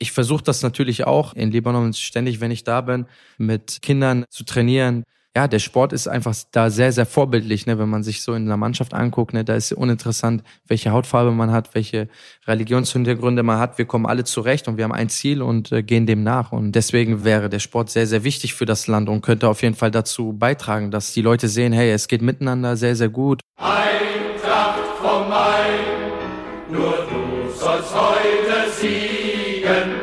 Ich versuche das natürlich auch in Libanon ständig, wenn ich da bin, mit Kindern zu trainieren. Ja, der Sport ist einfach da sehr, sehr vorbildlich, ne? Wenn man sich so in einer Mannschaft anguckt, ne? Da ist uninteressant, welche Hautfarbe man hat, welche Religionshintergründe man hat. Wir kommen alle zurecht und wir haben ein Ziel und gehen dem nach. Und deswegen wäre der Sport sehr, sehr wichtig für das Land und könnte auf jeden Fall dazu beitragen, dass die Leute sehen, hey, es geht miteinander sehr, sehr gut. Eintracht vom Main, nur du sollst heute siegen.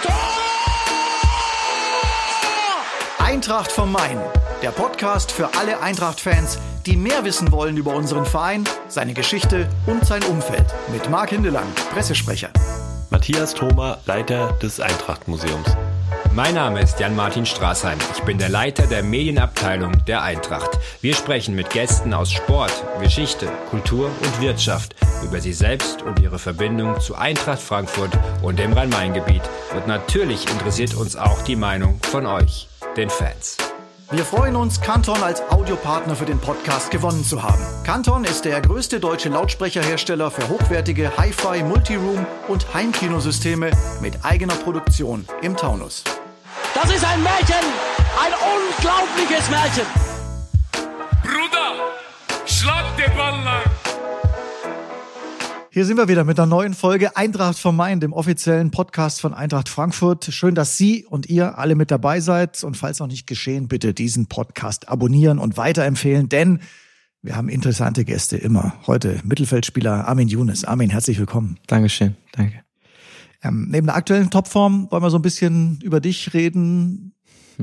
Eintracht vom Main, der Podcast für alle Eintracht-Fans, die mehr wissen wollen über unseren Verein, seine Geschichte und sein Umfeld. Mit Marc Hindelang, Pressesprecher. Matthias Thoma, Leiter des Eintracht-Museums. Mein Name ist Jan-Martin Straßheim. Ich bin der Leiter der Medienabteilung der Eintracht. Wir sprechen mit Gästen aus Sport, Geschichte, Kultur und Wirtschaft über sie selbst und ihre Verbindung zu Eintracht Frankfurt und dem Rhein-Main-Gebiet. Und natürlich interessiert uns auch die Meinung von euch, den Fans. Wir freuen uns, Canton als Audiopartner für den Podcast gewonnen zu haben. Canton ist der größte deutsche Lautsprecherhersteller für hochwertige Hi-Fi, Multiroom und Heimkinosysteme mit eigener Produktion im Taunus. Das ist ein Märchen, ein unglaubliches Märchen. Bruder, schlag den Ball lang. Hier sind wir wieder mit einer neuen Folge Eintracht vom Main, dem offiziellen Podcast von Eintracht Frankfurt. Schön, dass Sie und ihr alle mit dabei seid. Und falls noch nicht geschehen, bitte diesen Podcast abonnieren und weiterempfehlen, denn wir haben interessante Gäste immer. Heute Mittelfeldspieler Armin Younes. Armin, herzlich willkommen. Dankeschön, danke. Neben der aktuellen Topform wollen wir so ein bisschen über dich reden.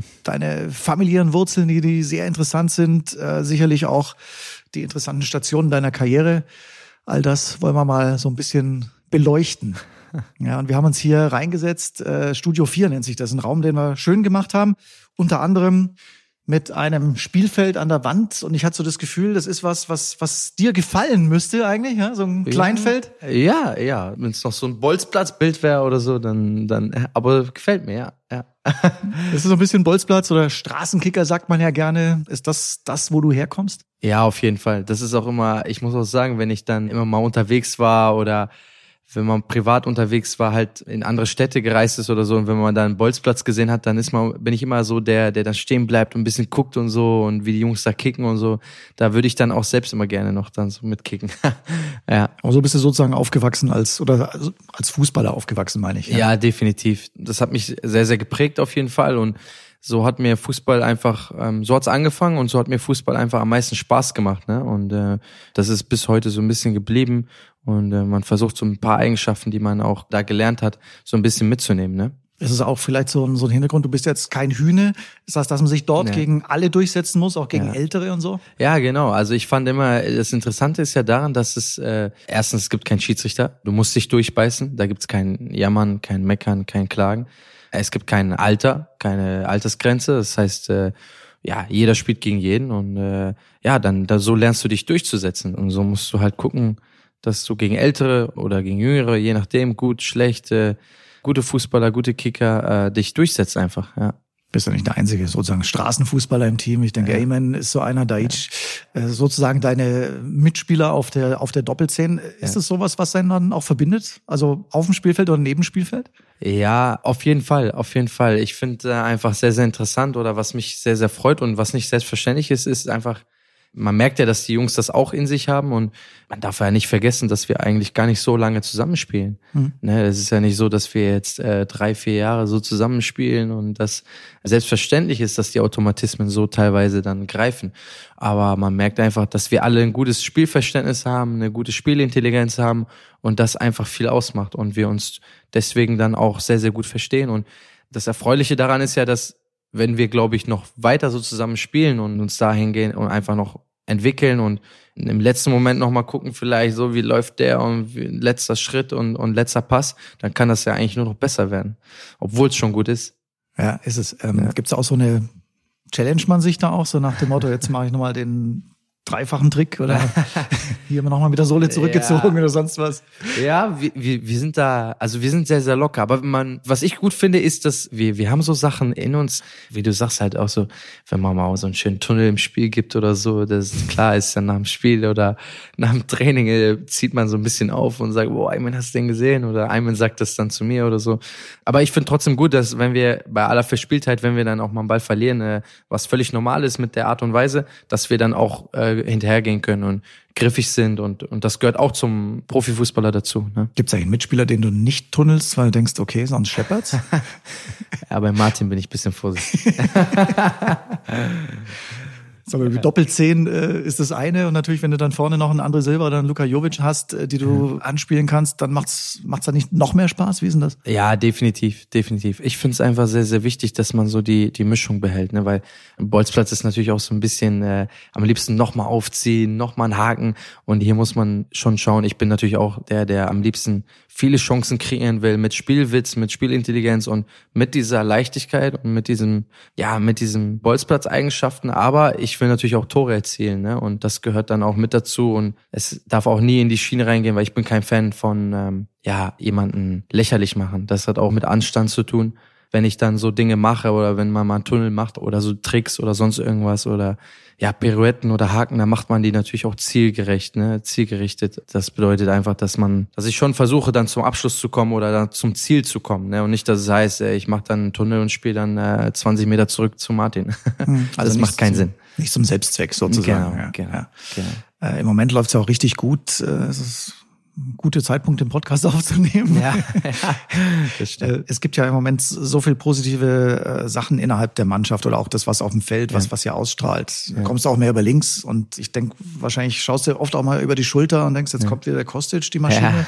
Deine familiären Wurzeln, die sehr interessant sind. Sicherlich auch die interessanten Stationen deiner Karriere. All das wollen wir mal so ein bisschen beleuchten. Ja, und wir haben uns hier reingesetzt. Studio 4 nennt sich das. Ein Raum, den wir schön gemacht haben. Unter anderem mit einem Spielfeld an der Wand. Und ich hatte so das Gefühl, das ist was dir gefallen müsste eigentlich. Ja? So ein Kleinfeld. Ja. Wenn es noch so ein Bolzplatzbild wäre oder so, dann. Aber gefällt mir, ja. Das ist so ein bisschen Bolzplatz oder Straßenkicker, sagt man ja gerne. Ist das, wo du herkommst? Ja, auf jeden Fall. Das ist auch immer, ich muss auch sagen, wenn ich dann immer mal unterwegs war oder wenn man privat unterwegs war, halt in andere Städte gereist ist oder so und wenn man da einen Bolzplatz gesehen hat, dann bin ich immer so der dann stehen bleibt und ein bisschen guckt und so und wie die Jungs da kicken und so. Da würde ich dann auch selbst immer gerne noch dann so mitkicken. Ja. Aber so bist du sozusagen aufgewachsen als Fußballer aufgewachsen, meine ich. Ja, definitiv. Das hat mich sehr, sehr geprägt auf jeden Fall und so hat mir Fußball einfach, so hat's angefangen und so hat mir Fußball einfach am meisten Spaß gemacht, ne? Und das ist bis heute so ein bisschen geblieben und man versucht so ein paar Eigenschaften, die man auch da gelernt hat, so ein bisschen mitzunehmen, ne? Ist es auch vielleicht so ein Hintergrund, du bist jetzt kein Hühne, ist das, dass man sich dort gegen alle durchsetzen muss, auch gegen Ältere und so? Ja, genau. Also ich fand immer, das Interessante ist ja daran, dass es, erstens, es gibt keinen Schiedsrichter, du musst dich durchbeißen, da gibt's kein Jammern, kein Meckern, kein Klagen. Es gibt kein Alter, keine Altersgrenze. Das heißt, jeder spielt gegen jeden und so lernst du dich durchzusetzen. Und so musst du halt gucken, dass du gegen Ältere oder gegen Jüngere, je nachdem, gut, schlecht, gute Fußballer, gute Kicker, dich durchsetzt einfach, ja. Bist du nicht der einzige sozusagen Straßenfußballer im Team. Ich denke, Ayman ist so einer, Daic, sozusagen deine Mitspieler auf der Doppelzehn. Ist das sowas, was einen dann auch verbindet? Also auf dem Spielfeld oder neben dem Spielfeld? Ja, auf jeden Fall, auf jeden Fall. Ich finde einfach sehr, sehr interessant oder was mich sehr, sehr freut und was nicht selbstverständlich ist einfach, man merkt ja, dass die Jungs das auch in sich haben und man darf ja nicht vergessen, dass wir eigentlich gar nicht so lange zusammenspielen. Ne, es ist ja nicht so, dass wir jetzt 3-4 Jahre so zusammenspielen und das selbstverständlich ist, dass die Automatismen so teilweise dann greifen. Aber man merkt einfach, dass wir alle ein gutes Spielverständnis haben, eine gute Spielintelligenz haben und das einfach viel ausmacht und wir uns deswegen dann auch sehr, sehr gut verstehen. Und das Erfreuliche daran ist ja, dass wenn wir, glaube ich, noch weiter so zusammen spielen und uns dahin gehen und einfach noch entwickeln und im letzten Moment noch mal gucken, vielleicht so, wie läuft der und letzter Schritt und letzter Pass, dann kann das ja eigentlich nur noch besser werden, obwohl es schon gut ist. Ja, ist es. Gibt's auch so eine, challenge man sich da auch so nach dem Motto, jetzt mache ich nochmal den dreifachen Trick oder hier haben wir nochmal mit der Sohle zurückgezogen oder sonst was? Ja, wir sind da, also wir sind sehr, sehr locker. Aber was ich gut finde, ist, dass wir haben so Sachen in uns, wie du sagst halt auch so, wenn man mal so einen schönen Tunnel im Spiel gibt oder so, das ist klar, ist dann nach dem Spiel oder nach dem Training zieht man so ein bisschen auf und sagt, boah, Ayman, hast du den gesehen? Oder Ayman sagt das dann zu mir oder so. Aber ich finde trotzdem gut, dass wenn wir bei aller Verspieltheit, wenn wir dann auch mal einen Ball verlieren, was völlig normal ist mit der Art und Weise, dass wir dann auch hinterhergehen können und griffig sind und das gehört auch zum Profifußballer dazu. Ne? Gibt es eigentlich einen Mitspieler, den du nicht tunnelst, weil du denkst, okay, sonst scheppert's? Ja, bei Martin bin ich ein bisschen vorsichtig. So, Doppelzehn ist das eine und natürlich, wenn du dann vorne noch einen André Silva oder einen Luka Jovic hast, die du anspielen kannst, dann macht's dann nicht noch mehr Spaß? Wie ist denn das? Ja, definitiv. Ich finde es einfach sehr, sehr wichtig, dass man so die Mischung behält, ne, weil Bolzplatz ist natürlich auch so ein bisschen am liebsten nochmal aufziehen, nochmal einen Haken und hier muss man schon schauen. Ich bin natürlich auch der am liebsten viele Chancen kreieren will mit Spielwitz, mit Spielintelligenz und mit dieser Leichtigkeit und mit diesem Bolzplatz-Eigenschaften, aber ich will natürlich auch Tore erzielen, ne? Und das gehört dann auch mit dazu und es darf auch nie in die Schiene reingehen, weil ich bin kein Fan von jemanden lächerlich machen. Das hat auch mit Anstand zu tun. Wenn ich dann so Dinge mache oder wenn man mal einen Tunnel macht oder so Tricks oder sonst irgendwas oder Pirouetten oder Haken, dann macht man die natürlich auch zielgerichtet. Das bedeutet einfach, dass ich schon versuche, dann zum Abschluss zu kommen oder dann zum Ziel zu kommen, ne? Und nicht, dass es heißt, ich mache dann einen Tunnel und spiele dann 20 Meter zurück zu Martin. Also das macht keinen Sinn. Nicht zum Selbstzweck sozusagen. Genau. Im Moment läuft's ja auch richtig gut. Es ist ein guter Zeitpunkt, den Podcast aufzunehmen. Ja, das stimmt. Es gibt ja im Moment so viel positive Sachen innerhalb der Mannschaft oder auch das, was auf dem Feld, was ja ausstrahlt. Da kommst du auch mehr über links und ich denke, wahrscheinlich schaust du oft auch mal über die Schulter und denkst, jetzt kommt wieder der Kostic, die Maschine.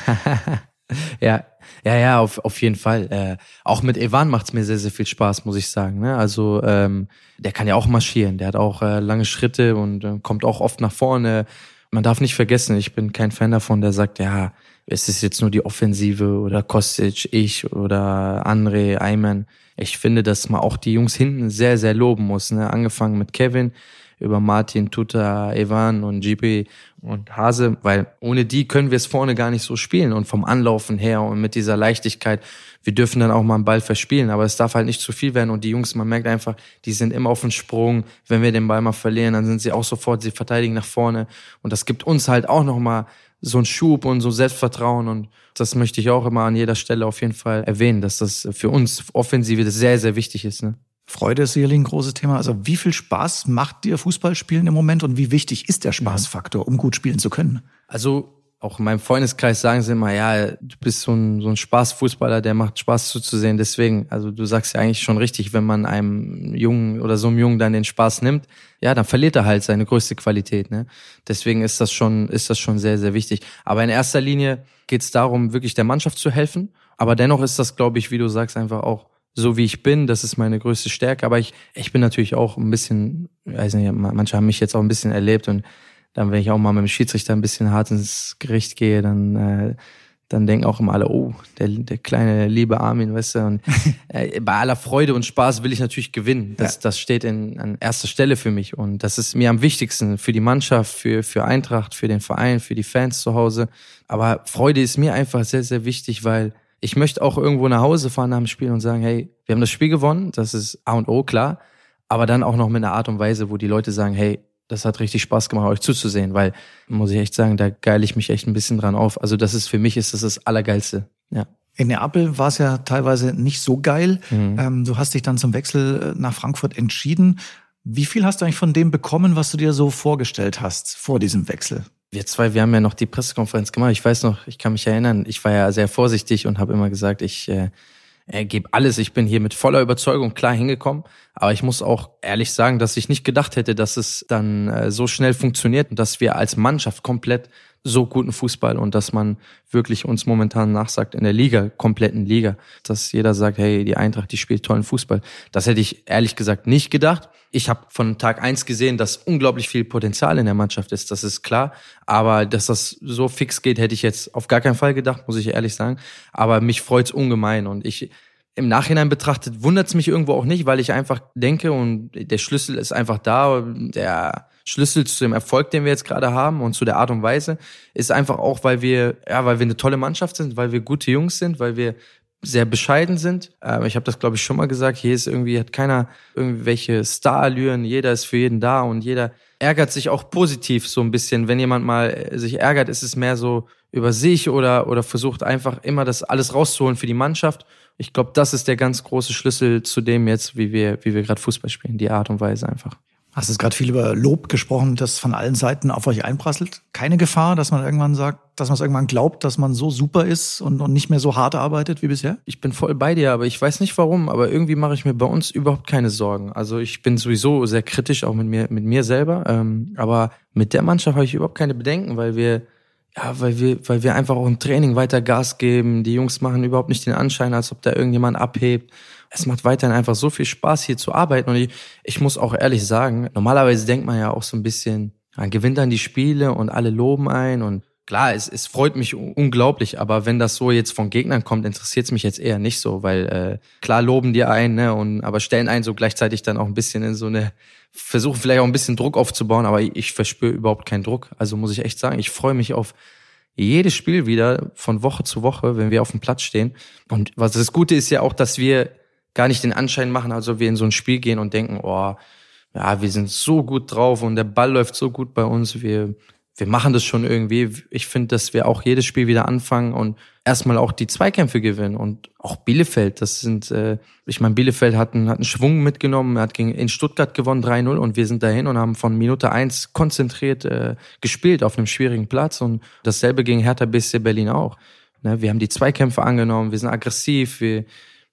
Ja, auf jeden Fall. Auch mit Evan macht's mir sehr, sehr viel Spaß, muss ich sagen. Ne? Also der kann ja auch marschieren, der hat auch lange Schritte und kommt auch oft nach vorne. Man darf nicht vergessen, ich bin kein Fan davon, der sagt, ja, es ist jetzt nur die Offensive oder Kostic, ich oder André, Ayman. Ich finde, dass man auch die Jungs hinten sehr, sehr loben muss. Ne? Angefangen mit Kevin, über Martin, Tuta, Evan und GP und Hase, weil ohne die können wir es vorne gar nicht so spielen und vom Anlaufen her und mit dieser Leichtigkeit, wir dürfen dann auch mal einen Ball verspielen, aber es darf halt nicht zu viel werden und die Jungs, man merkt einfach, die sind immer auf dem Sprung, wenn wir den Ball mal verlieren, dann sind sie auch sofort, sie verteidigen nach vorne und das gibt uns halt auch nochmal so einen Schub und so Selbstvertrauen und das möchte ich auch immer an jeder Stelle auf jeden Fall erwähnen, dass das für uns Offensive sehr, sehr wichtig ist, ne? Freude ist sicherlich ein großes Thema. Also wie viel Spaß macht dir Fußballspielen im Moment und wie wichtig ist der Spaßfaktor, um gut spielen zu können? Also auch in meinem Freundeskreis sagen sie immer, ja, du bist so ein Spaßfußballer, der macht Spaß zuzusehen. Deswegen, also du sagst ja eigentlich schon richtig, wenn man einem Jungen oder so einem Jungen dann den Spaß nimmt, ja, dann verliert er halt seine größte Qualität, ne? Deswegen ist das schon sehr, sehr wichtig. Aber in erster Linie geht es darum, wirklich der Mannschaft zu helfen. Aber dennoch ist das, glaube ich, wie du sagst, einfach auch so wie ich bin, das ist meine größte Stärke, aber ich bin natürlich auch ein bisschen, weiß nicht, manche haben mich jetzt auch ein bisschen erlebt und dann, wenn ich auch mal mit dem Schiedsrichter ein bisschen hart ins Gericht gehe, dann denken auch immer alle, oh, der kleine, liebe Armin, weißt du, und bei aller Freude und Spaß will ich natürlich gewinnen. Das steht an erster Stelle für mich und das ist mir am wichtigsten für die Mannschaft, für Eintracht, für den Verein, für die Fans zu Hause. Aber Freude ist mir einfach sehr, sehr wichtig, weil ich möchte auch irgendwo nach Hause fahren nach dem Spiel und sagen, hey, wir haben das Spiel gewonnen, das ist A und O, klar, aber dann auch noch mit einer Art und Weise, wo die Leute sagen, hey, das hat richtig Spaß gemacht, euch zuzusehen, weil, muss ich echt sagen, da geile ich mich echt ein bisschen dran auf. Also für mich ist das Allergeilste, ja. In Neapel war es ja teilweise nicht so geil. Du hast dich dann zum Wechsel nach Frankfurt entschieden. Wie viel hast du eigentlich von dem bekommen, was du dir so vorgestellt hast vor diesem Wechsel? Wir haben ja noch die Pressekonferenz gemacht. Ich weiß noch, ich kann mich erinnern, ich war ja sehr vorsichtig und habe immer gesagt, ich gebe alles. Ich bin hier mit voller Überzeugung klar hingekommen. Aber ich muss auch ehrlich sagen, dass ich nicht gedacht hätte, dass es dann so schnell funktioniert und dass wir als Mannschaft komplett so guten Fußball und dass man wirklich uns momentan nachsagt in der kompletten Liga, dass jeder sagt, hey, die Eintracht, die spielt tollen Fußball. Das hätte ich ehrlich gesagt nicht gedacht. Ich habe von Tag 1 gesehen, dass unglaublich viel Potenzial in der Mannschaft ist, das ist klar. Aber dass das so fix geht, hätte ich jetzt auf gar keinen Fall gedacht, muss ich ehrlich sagen. Aber mich freut's ungemein und im Nachhinein betrachtet wundert es mich irgendwo auch nicht, weil ich einfach denke und der Schlüssel ist einfach da. Der Schlüssel zu dem Erfolg, den wir jetzt gerade haben und zu der Art und Weise ist einfach auch, weil wir eine tolle Mannschaft sind, weil wir gute Jungs sind, weil wir sehr bescheiden sind. Ich habe das, glaube ich, schon mal gesagt. Hier hat keiner irgendwelche Starallüren. Jeder ist für jeden da und jeder ärgert sich auch positiv so ein bisschen. Wenn jemand mal sich ärgert, ist es mehr so über sich oder versucht einfach immer das alles rauszuholen für die Mannschaft. Ich glaube, das ist der ganz große Schlüssel zu dem jetzt, wie wir gerade Fußball spielen. Die Art und Weise einfach. Hast du gerade viel über Lob gesprochen, das von allen Seiten auf euch einprasselt? Keine Gefahr, dass man irgendwann sagt, dass man es irgendwann glaubt, dass man so super ist und nicht mehr so hart arbeitet wie bisher? Ich bin voll bei dir, aber ich weiß nicht warum, aber irgendwie mache ich mir bei uns überhaupt keine Sorgen. Also ich bin sowieso sehr kritisch, auch mit mir selber, aber mit der Mannschaft habe ich überhaupt keine Bedenken, weil wir einfach auch im Training weiter Gas geben. Die Jungs machen überhaupt nicht den Anschein, als ob da irgendjemand abhebt. Es macht weiterhin einfach so viel Spaß, hier zu arbeiten. Und ich muss auch ehrlich sagen, normalerweise denkt man ja auch so ein bisschen, man gewinnt dann die Spiele und alle loben ein. Und klar, es freut mich unglaublich, aber wenn das so jetzt von Gegnern kommt, interessiert es mich jetzt eher nicht so, weil klar loben die ein, ne, aber stellen einen so gleichzeitig dann auch ein bisschen in so eine, versuchen vielleicht auch ein bisschen Druck aufzubauen, aber ich verspüre überhaupt keinen Druck. Also muss ich echt sagen, ich freue mich auf jedes Spiel wieder von Woche zu Woche, wenn wir auf dem Platz stehen. Und was das Gute ist ja auch, dass wir gar nicht den Anschein machen, also wir in so ein Spiel gehen und denken, oh, ja, wir sind so gut drauf und der Ball läuft so gut bei uns, wir machen das schon irgendwie. Ich finde, dass wir auch jedes Spiel wieder anfangen und erstmal auch die Zweikämpfe gewinnen. Und auch Bielefeld, Bielefeld hat einen Schwung mitgenommen, er hat in Stuttgart gewonnen 3-0 und wir sind dahin und haben von Minute 1 konzentriert gespielt auf einem schwierigen Platz und dasselbe gegen Hertha BSC Berlin auch. Ne, wir haben die Zweikämpfe angenommen, wir sind aggressiv, wir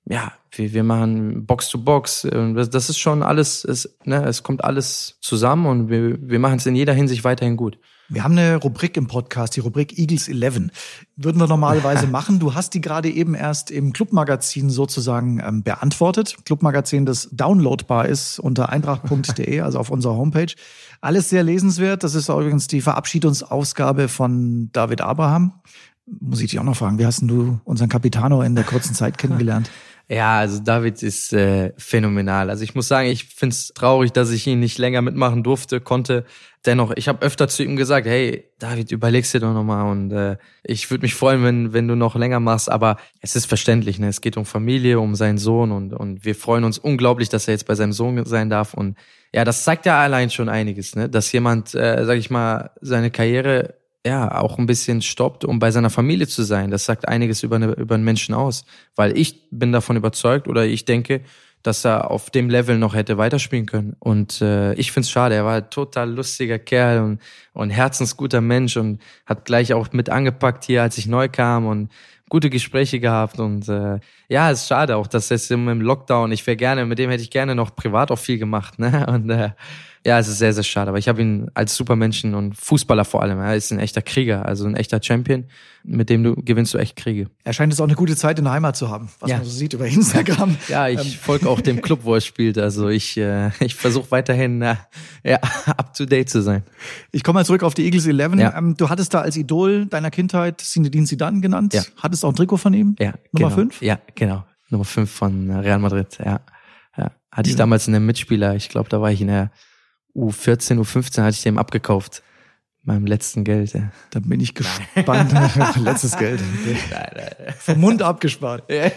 machen Box-to-Box. Das ist schon alles, es kommt alles zusammen und wir machen es in jeder Hinsicht weiterhin gut. Wir haben eine Rubrik im Podcast, die Rubrik Eagles 11. Würden wir normalerweise machen. Du hast die gerade eben erst im Clubmagazin sozusagen beantwortet. Clubmagazin, das downloadbar ist unter eintracht.de, also auf unserer Homepage. Alles sehr lesenswert. Das ist übrigens die Verabschiedungsausgabe von David Abraham. Muss ich dich auch noch fragen, wie hast denn du unseren Capitano in der kurzen Zeit kennengelernt? Ja, also David ist phänomenal. Also ich muss sagen, ich find's traurig, dass ich ihn nicht länger mitmachen konnte. Dennoch, ich habe öfter zu ihm gesagt, hey, David, überlegst dir doch nochmal und ich würde mich freuen, wenn du noch länger machst, aber es ist verständlich, ne? Es geht um Familie, um seinen Sohn und wir freuen uns unglaublich, dass er jetzt bei seinem Sohn sein darf und ja, das zeigt ja allein schon einiges, ne? Dass jemand, sag ich mal, seine Karriere auch ein bisschen stoppt, um bei seiner Familie zu sein. Das sagt einiges über einen Menschen aus. Weil ich bin davon überzeugt oder ich denke, dass er auf dem Level noch hätte weiterspielen können. Und ich find's schade. Er war ein total lustiger Kerl und herzensguter Mensch und hat gleich auch mit angepackt hier, als ich neu kam und gute Gespräche gehabt. Und es ist schade auch, dass jetzt im Lockdown, mit dem hätte ich gerne noch privat auch viel gemacht. Ne? Und es ist sehr, sehr schade. Aber ich habe ihn als Supermenschen und Fußballer vor allem. Er ist ein echter Krieger, also ein echter Champion, mit dem gewinnst du echt Kriege. Er scheint es auch eine gute Zeit in der Heimat zu haben, was man so sieht über Instagram. Ja, ich folge auch dem Club, wo er spielt. Also ich versuche weiterhin up to date zu sein. Ich komme mal zurück auf die Eagles 11. Ja. Du hattest da als Idol deiner Kindheit Zinedine Zidane genannt. Ja. Hattest auch ein Trikot von ihm? Ja, Nummer 5? Ja, genau. Nummer 5 von Real Madrid. Ja. Hatte ich damals einen Mitspieler. Ich glaube, da war ich in der U14, U15 hatte ich dem abgekauft. Meinem letzten Geld. Ja. Da bin ich gespannt. Letztes Geld. Nein. Vom Mund abgespart. Ja.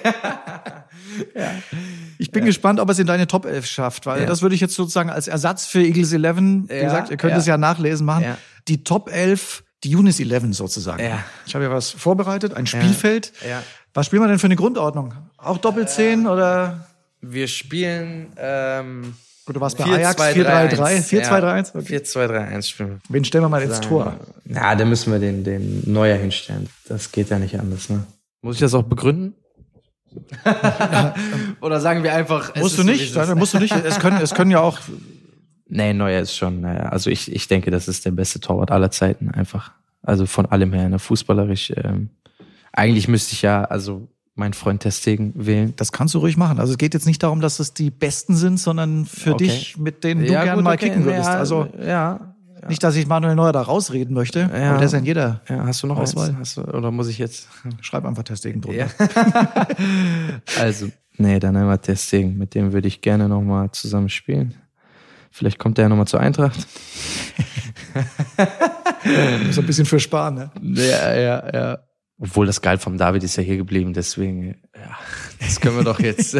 Ich bin gespannt, ob es in deine Top 11 schafft, weil das würde ich jetzt sozusagen als Ersatz für Eagles 11, wie gesagt, ihr könnt es ja nachlesen, machen. Ja. Die Top 11, die Unis 11 sozusagen. Ja. Ich habe ja was vorbereitet, ein Spielfeld. Ja. Was spielen wir denn für eine Grundordnung? Auch Doppel-10 oder? Wir spielen Gut, du warst bei Ajax 4-3-3, 4-2-3-1? 4-2-3-1 spielen. Wen stellen wir mal ins Tor? Na, da müssen wir den Neuer hinstellen. Das geht ja nicht anders, ne? Muss ich das auch begründen? Oder sagen wir einfach... Musst du nicht. Es können ja auch... Nee, Neuer ist schon... Also ich denke, das ist der beste Torwart aller Zeiten einfach. Also von allem her, ne? Fußballerisch. Eigentlich müsste ich meinen Freund Ter Stegen wählen. Das kannst du ruhig machen. Also es geht jetzt nicht darum, dass es die Besten sind, sondern für dich, mit denen du gerne mal kicken würdest. Also nicht, dass ich Manuel Neuer da rausreden möchte, aber der ist ja in jeder Hast du noch Auswahl. Oder muss ich jetzt... Schreib einfach Ter Stegen drunter. Ja. Also, Nee, dann einmal Ter Stegen. Mit dem würde ich gerne nochmal zusammen spielen. Vielleicht kommt er ja nochmal zur Eintracht. Muss ein bisschen für sparen, ne? Ja. Obwohl das Gehalt vom David ist ja hier geblieben, deswegen, ja, das können wir doch jetzt.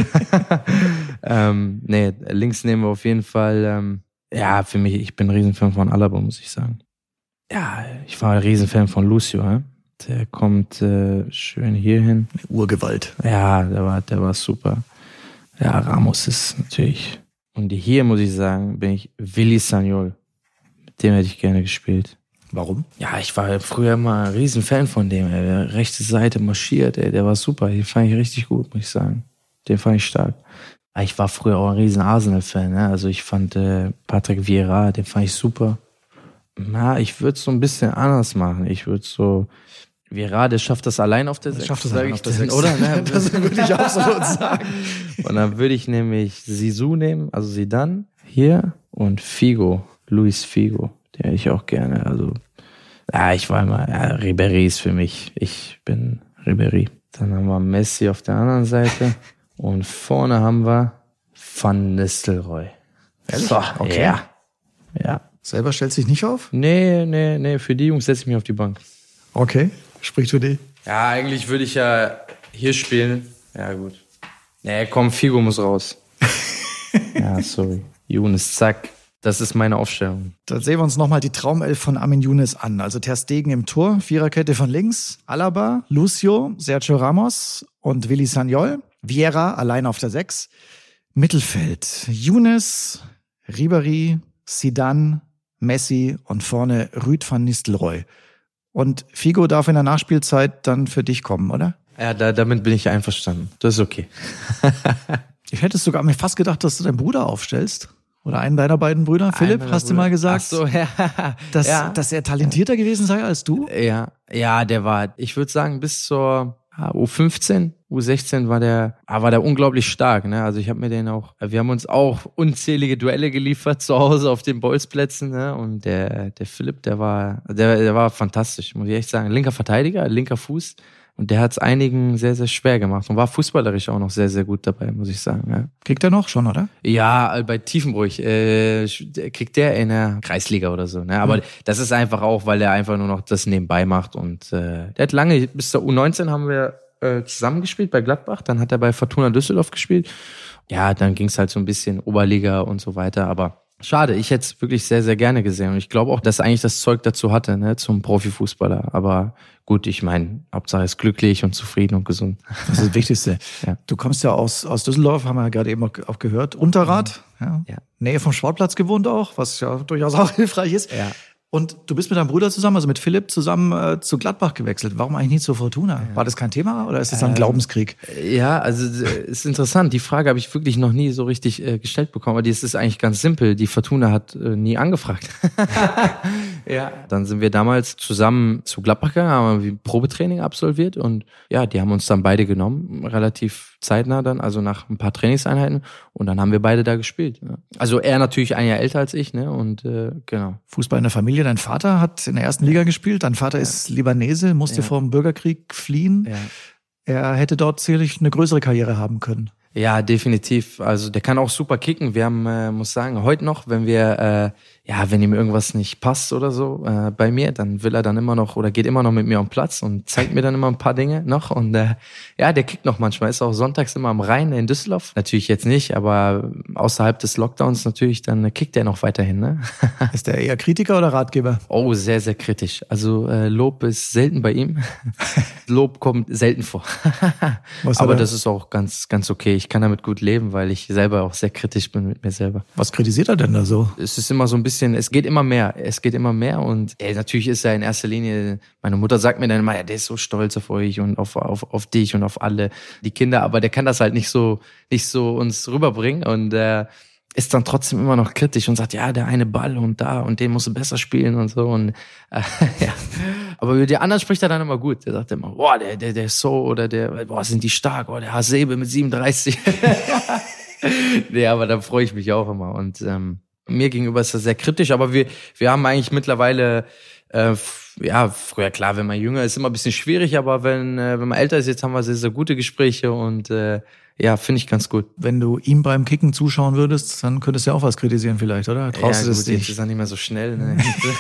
Nee, links nehmen wir auf jeden Fall. Ja, für mich, ich bin ein Riesenfan von Alaba, muss ich sagen. Ja, ich war ein Riesenfan von Lucio, ja? Der kommt schön hier hin. Urgewalt. Ja, der war super. Ja, Ramos ist natürlich. Und hier muss ich sagen, bin ich Willy Sagnol. Mit dem hätte ich gerne gespielt. Warum? Ja, ich war früher immer ein Riesenfan von dem. Der rechte Seite marschiert, der war super. Den fand ich richtig gut, muss ich sagen. Den fand ich stark. Ich war früher auch ein riesen Arsenal-Fan. Ne? Also ich fand Patrick Vieira, den fand ich super. Na, ich würde es so ein bisschen anders machen. Ich würde so... Vieira, der schafft das allein auf der 6. Schafft das allein auf der 6. Oder? Ne? Das würde ich auch so sagen. Und dann würde ich nämlich Zizou nehmen, also Zidane hier und Figo, Luis Figo. Den hätte ich auch gerne. Also, ich war immer, Ribéry ist für mich. Ich bin Ribéry. Dann haben wir Messi auf der anderen Seite. Und vorne haben wir Van Nistelrooy. Ehrlich? So, Okay. Ja. Selber stellst du dich nicht auf? Nee. Für die Jungs setze ich mich auf die Bank. Okay. Sprich für dich. Ja, eigentlich würde ich ja hier spielen. Ja, gut. Nee, komm, Figo muss raus. Ja, sorry. Younes, zack. Das ist meine Aufstellung. Dann sehen wir uns nochmal die Traumelf von Armin Younes an. Also Ter Stegen im Tor, Viererkette von links, Alaba, Lucio, Sergio Ramos und Willy Sagnol. Vieira allein auf der 6. Mittelfeld, Younes, Ribéry, Zidane, Messi und vorne Ruud van Nistelrooy. Und Figo darf in der Nachspielzeit dann für dich kommen, oder? Ja, damit bin ich einverstanden. Das ist okay. Ich hätte sogar mir fast gedacht, dass du deinen Bruder aufstellst. Oder einen deiner beiden Brüder. Philipp, hast du mal gesagt, ach so, ja. dass er talentierter gewesen sei als du? Ja, der war, ich würde sagen, bis zur U15, U16 war der unglaublich stark, ne? Also wir haben uns auch unzählige Duelle geliefert zu Hause auf den Bolzplätzen, ne? Und der Philipp, der war fantastisch, muss ich echt sagen. Linker Verteidiger, linker Fuß. Und der hat es einigen sehr, sehr schwer gemacht und war fußballerisch auch noch sehr, sehr gut dabei, muss ich sagen. Ja. Kriegt er noch schon, oder? Ja, bei Tiefenbruch kriegt der in der Kreisliga oder so. Ne? Aber das ist einfach auch, weil er einfach nur noch das nebenbei macht. Und der hat lange, bis zur U19 haben wir zusammengespielt bei Gladbach. Dann hat er bei Fortuna Düsseldorf gespielt. Ja, dann ging es halt so ein bisschen Oberliga und so weiter. Aber schade, ich hätte es wirklich sehr, sehr gerne gesehen. Und ich glaube auch, dass er eigentlich das Zeug dazu hatte, ne, zum Profifußballer. Aber gut, ich meine, Hauptsache ist glücklich und zufrieden und gesund. Das ist das Wichtigste. Ja. Du kommst ja aus Düsseldorf, haben wir ja gerade eben auch gehört. Unterrad, ja. Nähe vom Sportplatz gewohnt auch, was ja durchaus auch hilfreich ist. Ja. Und du bist mit deinem Bruder zusammen, also mit Philipp zusammen zu Gladbach gewechselt. Warum eigentlich nicht zur Fortuna? War das kein Thema oder ist das ein Glaubenskrieg? Ja, also ist interessant. Die Frage habe ich wirklich noch nie so richtig gestellt bekommen. Aber die ist eigentlich ganz simpel. Die Fortuna hat nie angefragt. Ja. Dann sind wir damals zusammen zu Gladbach gegangen, haben ein Probetraining absolviert und ja, die haben uns dann beide genommen, relativ zeitnah dann, also nach ein paar Trainingseinheiten und dann haben wir beide da gespielt. Ja. Also er natürlich ein Jahr älter als ich, ne? Und genau. Fußball in der Familie. Dein Vater hat in der ersten Liga gespielt. Dein Vater ist Libanese, musste vor dem Bürgerkrieg fliehen. Ja. Er hätte dort sicherlich eine größere Karriere haben können. Ja, definitiv. Also der kann auch super kicken. Wir haben, muss sagen, heute noch, wenn ihm irgendwas nicht passt oder so bei mir, dann will er dann immer noch oder geht immer noch mit mir am Platz und zeigt mir dann immer ein paar Dinge noch. Und der kickt noch manchmal. Ist auch sonntags immer am Rhein in Düsseldorf. Natürlich jetzt nicht, aber außerhalb des Lockdowns natürlich, dann kickt er noch weiterhin. Ne? Ist der eher Kritiker oder Ratgeber? Oh, sehr, sehr kritisch. Also Lob ist selten bei ihm. Lob kommt selten vor. Aber das ist auch ganz, ganz okay. Ich kann damit gut leben, weil ich selber auch sehr kritisch bin mit mir selber. Was kritisiert er denn da so? Es ist immer so ein bisschen, es geht immer mehr und natürlich ist er in erster Linie, meine Mutter sagt mir dann immer, ja, der ist so stolz auf euch und auf dich und auf alle die Kinder, aber der kann das halt nicht so uns rüberbringen und ist dann trotzdem immer noch kritisch und sagt, ja, der eine Ball und da und den musst du besser spielen und so und ja. Aber über die anderen spricht er dann immer gut. Der sagt immer, boah, der ist so oder boah, sind die stark, boah, der Hasebe mit 37. Nee, aber da freue ich mich auch immer und mir gegenüber ist das sehr kritisch, aber wir haben eigentlich mittlerweile Ja, früher klar, wenn man jünger ist, immer ein bisschen schwierig, aber wenn man älter ist, jetzt haben wir sehr, sehr gute Gespräche und ja, finde ich ganz gut. Wenn du ihm beim Kicken zuschauen würdest, dann könntest du ja auch was kritisieren vielleicht, oder? Traust du das jetzt nicht? ist er nicht mehr so schnell. Ne?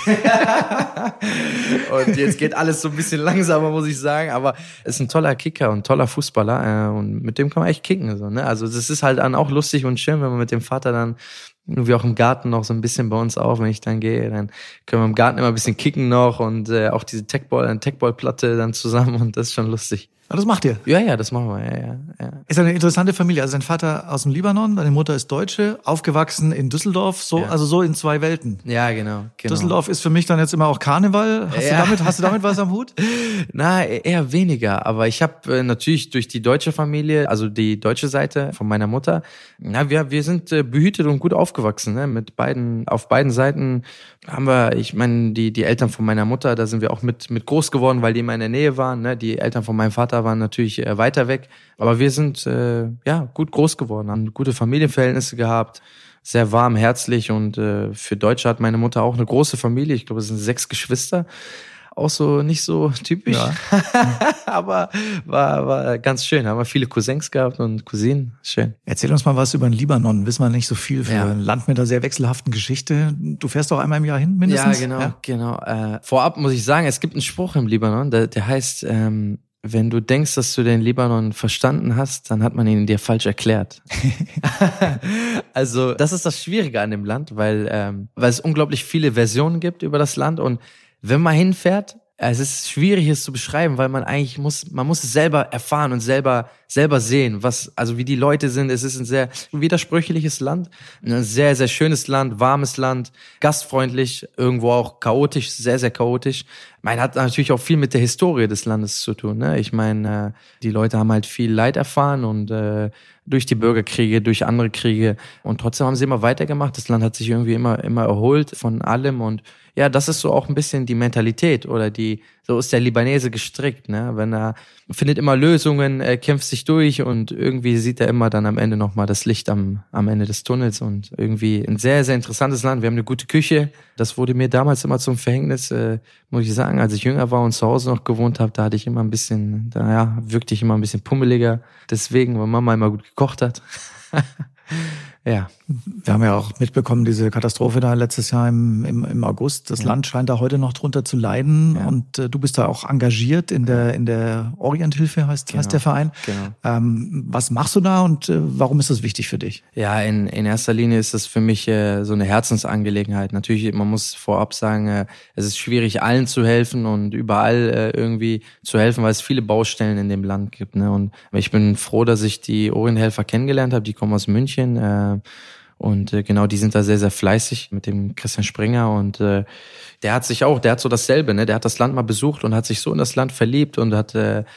Und jetzt geht alles so ein bisschen langsamer, muss ich sagen. Aber er ist ein toller Kicker und ein toller Fußballer und mit dem kann man echt kicken. So, ne? Also das ist halt dann auch lustig und schön, wenn man mit dem Vater dann wie auch im Garten noch so ein bisschen bei uns auch, wenn ich dann gehe, dann können wir im Garten immer ein bisschen kicken noch und auch diese Techball-Platte dann zusammen und das ist schon lustig. Aber das macht ihr? Ja, das machen wir, ja. Ist eine interessante Familie. Also dein Vater aus dem Libanon, deine Mutter ist Deutsche, aufgewachsen in Düsseldorf, also so in zwei Welten. Ja, genau. Düsseldorf ist für mich dann jetzt immer auch Karneval. Hast du damit was am Hut? Na, eher weniger. Aber ich habe natürlich durch die deutsche Familie, also die deutsche Seite von meiner Mutter, wir sind behütet und gut aufgewachsen. Ne? Auf beiden Seiten haben wir, ich meine, die Eltern von meiner Mutter, da sind wir auch mit groß geworden, weil die immer in der Nähe waren. Ne? Die Eltern von meinem Vater waren natürlich weiter weg. Aber wir sind gut groß geworden, haben gute Familienverhältnisse gehabt, sehr warm, herzlich und für Deutsche hat meine Mutter auch eine große Familie. Ich glaube, es sind 6 Geschwister. Auch so nicht so typisch, ja. Aber war ganz schön. Haben wir viele Cousins gehabt und Cousinen. Schön. Erzähl uns mal was über den Libanon. Wissen wir nicht so viel für ein Land mit einer sehr wechselhaften Geschichte. Du fährst doch einmal im Jahr hin, mindestens? Ja, genau. Vorab muss ich sagen, es gibt einen Spruch im Libanon, der heißt, wenn du denkst, dass du den Libanon verstanden hast, dann hat man ihn dir falsch erklärt. Also das ist das Schwierige an dem Land, weil es unglaublich viele Versionen gibt über das Land und wenn man hinfährt, es ist schwierig, es zu beschreiben, weil man muss es selber erfahren und selber sehen, wie die Leute sind. Es ist ein sehr widersprüchliches Land, ein sehr, sehr schönes Land, warmes Land, gastfreundlich, irgendwo auch chaotisch, sehr, sehr chaotisch. Man hat natürlich auch viel mit der Historie des Landes zu tun. Ne? Ich meine, die Leute haben halt viel Leid erfahren und durch die Bürgerkriege, durch andere Kriege und trotzdem haben sie immer weitergemacht. Das Land hat sich irgendwie immer erholt von allem und ja, das ist so auch ein bisschen die Mentalität oder so ist der Libanese gestrickt, ne? Wenn er findet immer Lösungen, kämpft sich durch und irgendwie sieht er immer dann am Ende nochmal das Licht am Ende des Tunnels und irgendwie ein sehr, sehr interessantes Land. Wir haben eine gute Küche. Das wurde mir damals immer zum Verhängnis, muss ich sagen, als ich jünger war und zu Hause noch gewohnt habe, da hatte ich immer ein bisschen, wirkte ich immer ein bisschen pummeliger. Deswegen, weil Mama immer gut gekocht hat. Ja. Wir haben ja auch mitbekommen, diese Katastrophe da letztes Jahr im August. Das Land scheint da heute noch drunter zu leiden. Ja. Und du bist da auch engagiert in der Orienthilfe, heißt der Verein. Genau. Was machst du da und warum ist das wichtig für dich? Ja, in erster Linie ist das für mich so eine Herzensangelegenheit. Natürlich, man muss vorab sagen, es ist schwierig, allen zu helfen und überall irgendwie zu helfen, weil es viele Baustellen in dem Land gibt. Ne? Und ich bin froh, dass ich die Orienthelfer kennengelernt habe. Die kommen aus München. Und genau, die sind da sehr, sehr fleißig mit dem Christian Springer und der hat so dasselbe, ne? Der hat das Land mal besucht und hat sich so in das Land verliebt und hat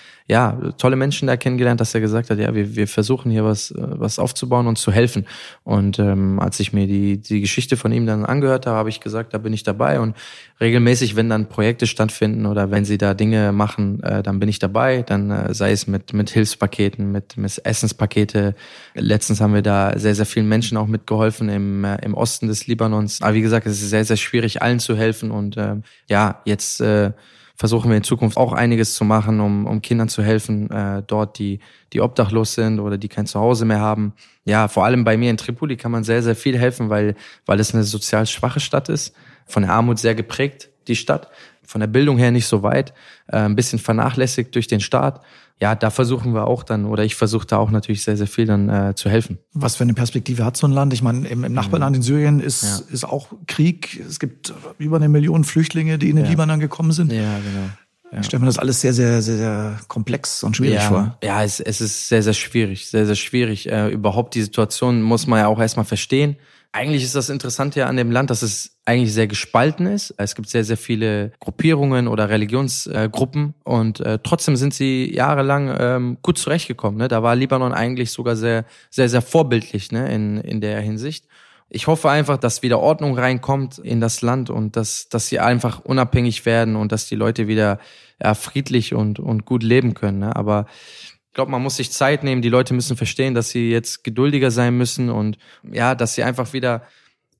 tolle Menschen da kennengelernt, dass er gesagt hat, ja, wir versuchen hier was aufzubauen und zu helfen. Und als ich mir die Geschichte von ihm dann angehört habe, habe ich gesagt, da bin ich dabei und regelmäßig, wenn dann Projekte stattfinden oder wenn sie da Dinge machen, dann bin ich dabei, dann sei es mit Hilfspaketen, mit Essenspakete. Letztens haben wir da sehr, sehr vielen Menschen auch mitgeholfen im Osten des Libanons. Aber wie gesagt, es ist sehr, sehr schwierig, allen zu helfen und jetzt versuchen wir in Zukunft auch einiges zu machen, um Kindern zu helfen, dort, die obdachlos sind oder die kein Zuhause mehr haben. Ja, vor allem bei mir in Tripoli kann man sehr, sehr viel helfen, weil es eine sozial schwache Stadt ist, von der Armut sehr geprägt, die Stadt, von der Bildung her nicht so weit, ein bisschen vernachlässigt durch den Staat. Ja, da versuchen wir auch dann, oder ich versuche da auch natürlich sehr, sehr viel dann zu helfen. Was für eine Perspektive hat so ein Land? Ich meine, im Nachbarland in Syrien ist auch Krieg. Es gibt über 1 Million Flüchtlinge, die in den Libanon gekommen sind. Ja, genau. Ja. Ich stelle mir das alles sehr, sehr, sehr, sehr komplex und schwierig vor. Ja, es ist sehr, sehr schwierig, sehr, sehr schwierig. Überhaupt die Situation muss man ja auch erstmal verstehen. Eigentlich ist das Interessante ja an dem Land, dass es eigentlich sehr gespalten ist. Es gibt sehr, sehr viele Gruppierungen oder Religionsgruppen und trotzdem sind sie jahrelang gut zurechtgekommen. Ne? Da war Libanon eigentlich sogar sehr, sehr, sehr vorbildlich, ne? in der Hinsicht. Ich hoffe einfach, dass wieder Ordnung reinkommt in das Land und dass sie einfach unabhängig werden und dass die Leute wieder friedlich und gut leben können. Ne? Aber ich glaube, man muss sich Zeit nehmen. Die Leute müssen verstehen, dass sie jetzt geduldiger sein müssen und dass sie einfach wieder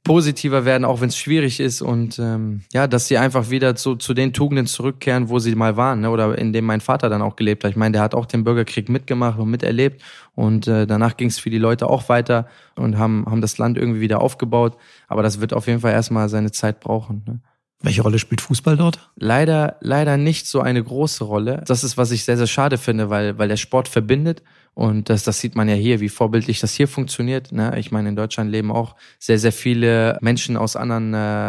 positiver werden, auch wenn es schwierig ist und dass sie einfach wieder so zu den Tugenden zurückkehren, wo sie mal waren, ne? Oder in dem mein Vater dann auch gelebt hat. Ich meine, der hat auch den Bürgerkrieg mitgemacht und miterlebt und danach ging es für die Leute auch weiter und haben das Land irgendwie wieder aufgebaut, aber das wird auf jeden Fall erstmal seine Zeit brauchen, ne? Welche Rolle spielt Fußball dort? Leider nicht so eine große Rolle. Das ist, was ich sehr, sehr schade finde, weil der Sport verbindet und das sieht man ja hier, wie vorbildlich das hier funktioniert, ne? Ich meine, in Deutschland leben auch sehr, sehr viele Menschen aus anderen,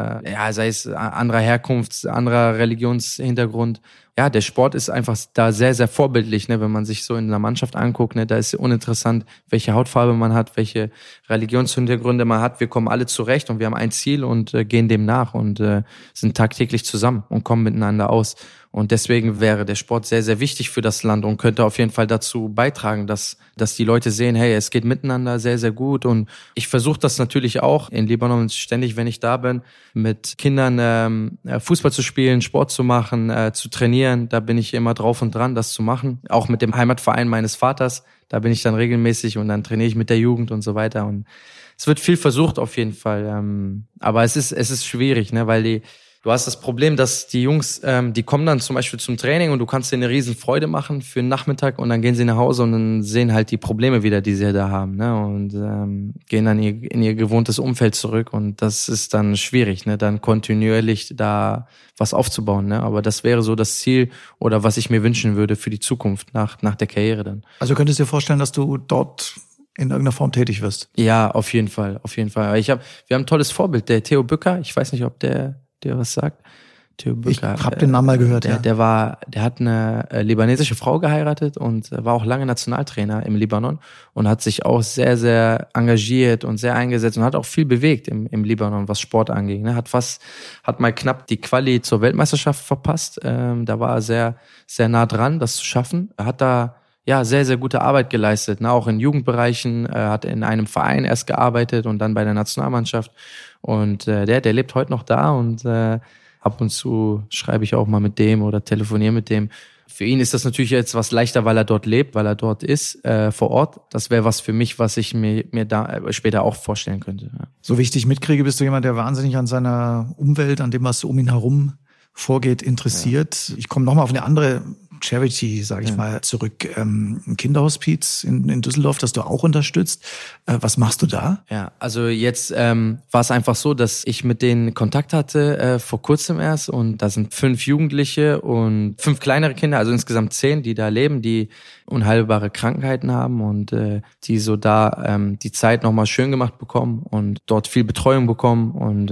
sei es anderer Herkunft, anderer Religionshintergrund. Ja, der Sport ist einfach da sehr, sehr vorbildlich, ne? Wenn man sich so in einer Mannschaft anguckt, ne? Da ist uninteressant, welche Hautfarbe man hat, welche Religionshintergründe man hat. Wir kommen alle zurecht und wir haben ein Ziel und gehen dem nach und sind tagtäglich zusammen und kommen miteinander aus. Und deswegen wäre der Sport sehr, sehr wichtig für das Land und könnte auf jeden Fall dazu beitragen, dass die Leute sehen, hey, es geht miteinander sehr, sehr gut. Und ich versuche das natürlich auch in Libanon ständig, wenn ich da bin, mit Kindern Fußball zu spielen, Sport zu machen, zu trainieren. Da bin ich immer drauf und dran, das zu machen. Auch mit dem Heimatverein meines Vaters. Da bin ich dann regelmäßig und dann trainiere ich mit der Jugend und so weiter. Und es wird viel versucht auf jeden Fall. Aber es ist schwierig, ne, weil du hast das Problem, dass die Jungs, die kommen dann zum Beispiel zum Training und du kannst denen eine riesen Freude machen für den Nachmittag und dann gehen sie nach Hause und dann sehen halt die Probleme wieder, die sie da haben, ne, und gehen dann in ihr gewohntes Umfeld zurück und das ist dann schwierig, ne, dann kontinuierlich da was aufzubauen, ne, aber das wäre so das Ziel oder was ich mir wünschen würde für die Zukunft nach der Karriere dann. Also könntest du dir vorstellen, dass du dort in irgendeiner Form tätig wirst? Ja, auf jeden Fall. Wir haben ein tolles Vorbild, der Theo Bücker, ich weiß nicht, ob der was sagt. Theo Bücker. Ich habe den Namen mal gehört, ja. Der hat eine libanesische Frau geheiratet und war auch lange Nationaltrainer im Libanon und hat sich auch sehr, sehr engagiert und sehr eingesetzt und hat auch viel bewegt im Libanon, was Sport anging. Ne? Hat mal knapp die Quali zur Weltmeisterschaft verpasst. Da war er sehr, sehr nah dran, das zu schaffen. Er hat da sehr, sehr gute Arbeit geleistet, ne? Auch in Jugendbereichen, hat in einem Verein erst gearbeitet und dann bei der Nationalmannschaft. Und der lebt heute noch da und ab und zu schreibe ich auch mal mit dem oder telefoniere mit dem. Für ihn ist das natürlich jetzt was leichter, weil er dort lebt, weil er dort ist, vor Ort. Das wäre was für mich, was ich mir da später auch vorstellen könnte. Ja. So wie ich dich mitkriege, bist du jemand, der wahnsinnig an seiner Umwelt, an dem, was um ihn herum vorgeht, interessiert. Ja. Ich komme nochmal auf eine andere Charity, sage ich mal, zurück. Ein Kinderhospiz in Düsseldorf, das du auch unterstützt. Was machst du da? Ja, also jetzt war es einfach so, dass ich mit denen Kontakt hatte vor kurzem erst und da sind 5 Jugendliche und 5 kleinere Kinder, also insgesamt 10, die da leben, die unheilbare Krankheiten haben und die so da die Zeit nochmal schön gemacht bekommen und dort viel Betreuung bekommen und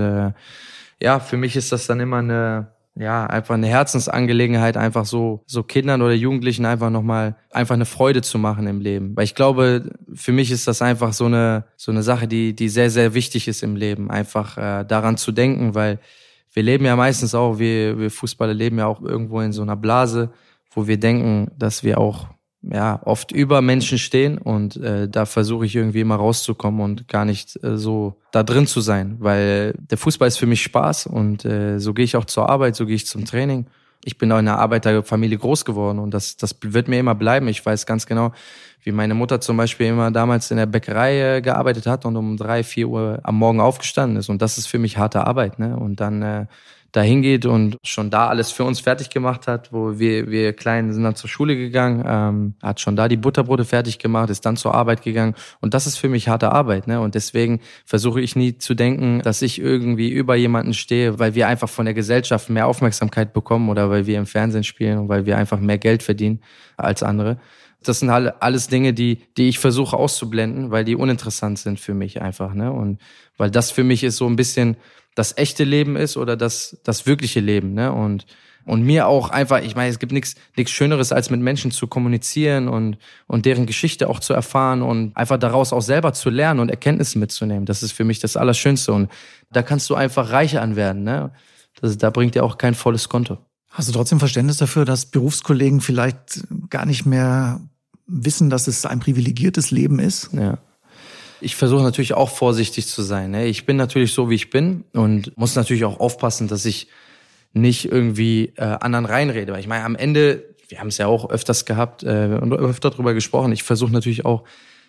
für mich ist das dann immer einfach eine Herzensangelegenheit, einfach so Kindern oder Jugendlichen einfach eine Freude zu machen im Leben. Weil ich glaube, für mich ist das einfach so eine Sache, die sehr, sehr wichtig ist im Leben. Einfach daran zu denken, weil wir leben ja meistens auch, wir Fußballer leben ja auch irgendwo in so einer Blase, wo wir denken, dass wir auch oft über Menschen stehen und da versuche ich irgendwie immer rauszukommen und gar nicht so da drin zu sein, weil der Fußball ist für mich Spaß und so gehe ich auch zur Arbeit, so gehe ich zum Training. Ich bin auch in einer Arbeiterfamilie groß geworden und das wird mir immer bleiben. Ich weiß ganz genau, wie meine Mutter zum Beispiel immer damals in der Bäckerei gearbeitet hat und um 3-4 Uhr am Morgen aufgestanden ist und das ist für mich harte Arbeit, ne? Und dann dahin geht und schon da alles für uns fertig gemacht hat, wo wir Kleinen sind dann zur Schule gegangen, hat schon da die Butterbrote fertig gemacht, ist dann zur Arbeit gegangen und das ist für mich harte Arbeit, ne? Und deswegen versuche ich nie zu denken, dass ich irgendwie über jemanden stehe, weil wir einfach von der Gesellschaft mehr Aufmerksamkeit bekommen oder weil wir im Fernsehen spielen und weil wir einfach mehr Geld verdienen als andere. Das sind alles Dinge, die ich versuche auszublenden, weil die uninteressant sind für mich einfach, ne? Und weil das für mich ist so ein bisschen das echte Leben ist oder das wirkliche Leben, ne? Und mir auch einfach, ich meine, es gibt nichts Schöneres, als mit Menschen zu kommunizieren und deren Geschichte auch zu erfahren und einfach daraus auch selber zu lernen und Erkenntnisse mitzunehmen. Das ist für mich das Allerschönste und da kannst du einfach reicher an werden, ne? Da bringt dir auch kein volles Konto. Hast du trotzdem Verständnis dafür, dass Berufskollegen vielleicht gar nicht mehr wissen, dass es ein privilegiertes Leben ist? Ja. Ich versuche natürlich auch vorsichtig zu sein, ne? Ich bin natürlich so, wie ich bin und muss natürlich auch aufpassen, dass ich nicht irgendwie anderen reinrede. Weil ich meine, am Ende, wir haben es ja auch öfters gehabt und öfter drüber gesprochen, ich versuche natürlich auch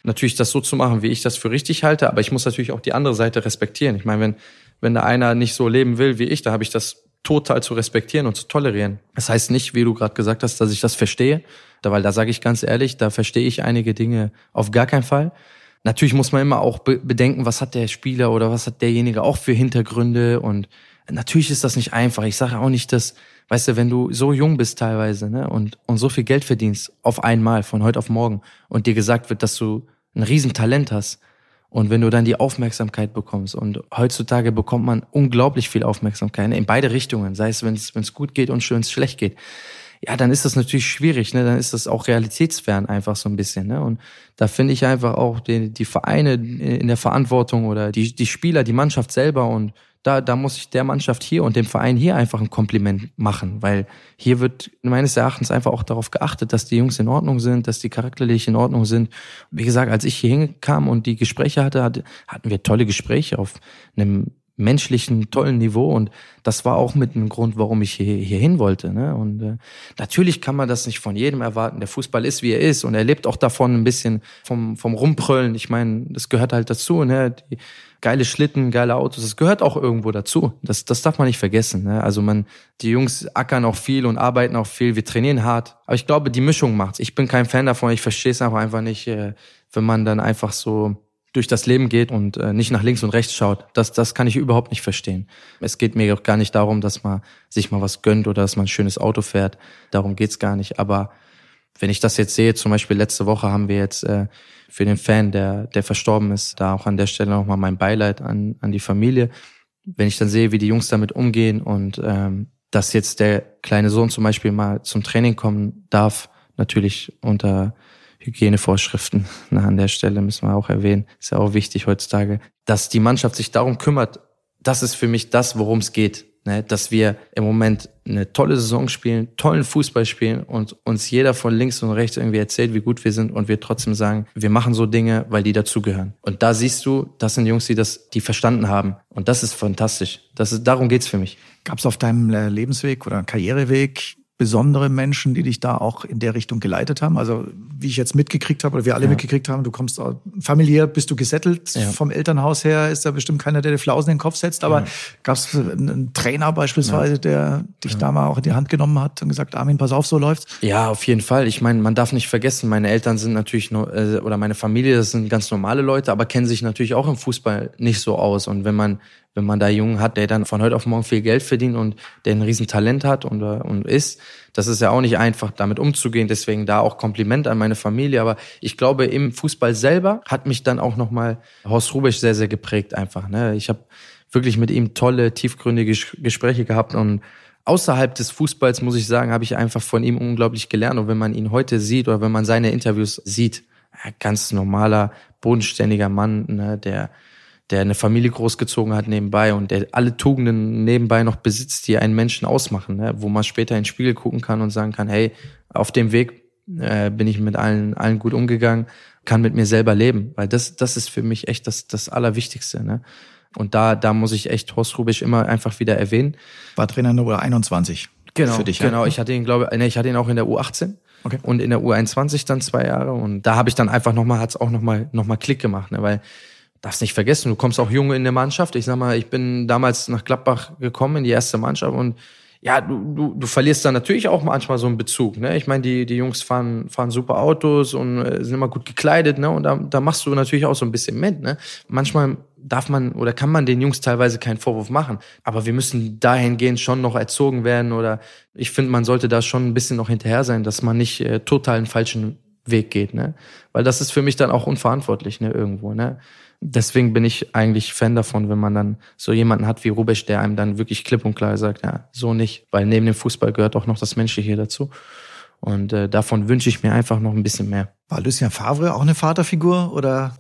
natürlich das so zu machen, wie ich das für richtig halte, aber ich muss natürlich auch die andere Seite respektieren. Ich meine, wenn da einer nicht so leben will wie ich, da habe ich das total zu respektieren und zu tolerieren. Das heißt nicht, wie du gerade gesagt hast, dass ich das verstehe, weil da sage ich ganz ehrlich, da verstehe ich einige Dinge auf gar keinen Fall. Natürlich muss man immer auch bedenken, was hat der Spieler oder was hat derjenige auch für Hintergründe, und natürlich ist das nicht einfach. Ich sage auch nicht, dass, weißt du, wenn du so jung bist teilweise, ne, und so viel Geld verdienst auf einmal von heute auf morgen und dir gesagt wird, dass du ein Riesentalent hast, und wenn du dann die Aufmerksamkeit bekommst, und heutzutage bekommt man unglaublich viel Aufmerksamkeit, ne, in beide Richtungen, sei es, wenn es gut geht und wenn es schlecht geht. Ja, dann ist das natürlich schwierig, ne? Dann ist das auch realitätsfern einfach so ein bisschen, ne? Und da finde ich einfach auch die Vereine in der Verantwortung oder die Spieler, die Mannschaft selber, und da muss ich der Mannschaft hier und dem Verein hier einfach ein Kompliment machen, weil hier wird meines Erachtens einfach auch darauf geachtet, dass die Jungs in Ordnung sind, dass die charakterlich in Ordnung sind. Wie gesagt, als ich hier hinkam und die Gespräche hatten wir tolle Gespräche auf einem menschlichen, tollen Niveau, und das war auch mit einem Grund, warum ich hier hin wollte, ne? Und natürlich kann man das nicht von jedem erwarten. Der Fußball ist, wie er ist, und er lebt auch davon ein bisschen vom Rumbrüllen. Ich meine, das gehört halt dazu, ne? Die geile Schlitten, geile Autos, das gehört auch irgendwo dazu. Das darf man nicht vergessen, ne? Also die Jungs ackern auch viel und arbeiten auch viel, wir trainieren hart. Aber ich glaube, die Mischung macht's. Ich bin kein Fan davon, ich verstehe es einfach nicht, wenn man dann einfach so durch das Leben geht und nicht nach links und rechts schaut. Das kann ich überhaupt nicht verstehen. Es geht mir auch gar nicht darum, dass man sich mal was gönnt oder dass man ein schönes Auto fährt. Darum geht's gar nicht. Aber wenn ich das jetzt sehe, zum Beispiel letzte Woche haben wir jetzt für den Fan, der verstorben ist, da auch an der Stelle nochmal mein Beileid an die Familie. Wenn ich dann sehe, wie die Jungs damit umgehen und dass jetzt der kleine Sohn zum Beispiel mal zum Training kommen darf, natürlich unter Hygienevorschriften. An der Stelle müssen wir auch erwähnen, ist ja auch wichtig heutzutage, dass die Mannschaft sich darum kümmert. Das ist für mich das, worum es geht, ne? Dass wir im Moment eine tolle Saison spielen, tollen Fußball spielen und uns jeder von links und rechts irgendwie erzählt, wie gut wir sind, und wir trotzdem sagen, wir machen so Dinge, weil die dazugehören. Und da siehst du, das sind Jungs, die verstanden haben, und das ist fantastisch. Darum geht's für mich. Gab es auf deinem Lebensweg oder Karriereweg besondere Menschen, die dich da auch in der Richtung geleitet haben? Also wie ich jetzt mitgekriegt habe, oder wir alle mitgekriegt haben, du kommst familiär, bist du gesettelt, vom Elternhaus her ist da bestimmt keiner, der dir Flausen in den Kopf setzt, aber gab es einen Trainer beispielsweise, der dich da mal auch in die Hand genommen hat und gesagt, Armin, pass auf, so läuft's? Ja, auf jeden Fall. Ich meine, man darf nicht vergessen, meine Eltern sind natürlich oder meine Familie, das sind ganz normale Leute, aber kennen sich natürlich auch im Fußball nicht so aus, und wenn man da einen Jungen hat, der dann von heute auf morgen viel Geld verdient und der ein Riesentalent hat und ist, das ist ja auch nicht einfach, damit umzugehen. Deswegen da auch Kompliment an meine Familie. Aber ich glaube, im Fußball selber hat mich dann auch nochmal Horst Hrubesch sehr, sehr geprägt einfach, ne? Ich habe wirklich mit ihm tolle, tiefgründige Gespräche gehabt, und außerhalb des Fußballs, muss ich sagen, habe ich einfach von ihm unglaublich gelernt. Und wenn man ihn heute sieht oder wenn man seine Interviews sieht, ganz normaler, bodenständiger Mann, ne, der eine Familie großgezogen hat nebenbei und der alle Tugenden nebenbei noch besitzt, die einen Menschen ausmachen, ne? Wo man später in den Spiegel gucken kann und sagen kann, hey, auf dem Weg bin ich mit allen gut umgegangen, kann mit mir selber leben, weil das ist für mich echt das Allerwichtigste, ne? Und da muss ich echt Horst Hrubesch immer einfach wieder erwähnen. War Trainer in der U21. Genau, für dich, genau. Ich hatte ihn, ich hatte ihn auch in der U18. Okay. Und in der U21 dann 2 Jahre, und da habe ich dann einfach hat's auch nochmal Klick gemacht, ne? Weil darfst nicht vergessen, du kommst auch jung in der Mannschaft. Ich sag mal, ich bin damals nach Gladbach gekommen in die erste Mannschaft, und ja, du verlierst dann natürlich auch manchmal so einen Bezug, ne? Ich meine, die Jungs fahren super Autos und sind immer gut gekleidet, ne? Und da machst du natürlich auch so ein bisschen mit, ne? Manchmal darf man oder kann man den Jungs teilweise keinen Vorwurf machen, aber wir müssen dahingehend schon noch erzogen werden, oder ich finde, man sollte da schon ein bisschen noch hinterher sein, dass man nicht total einen falschen Weg geht, ne? Weil das ist für mich dann auch unverantwortlich, ne, irgendwo, ne? Deswegen bin ich eigentlich Fan davon, wenn man dann so jemanden hat wie Hrubesch, der einem dann wirklich klipp und klar sagt, ja, so nicht. Weil neben dem Fußball gehört auch noch das Menschliche dazu. Und davon wünsche ich mir einfach noch ein bisschen mehr. War Lucien Favre auch eine Vaterfigur, oder?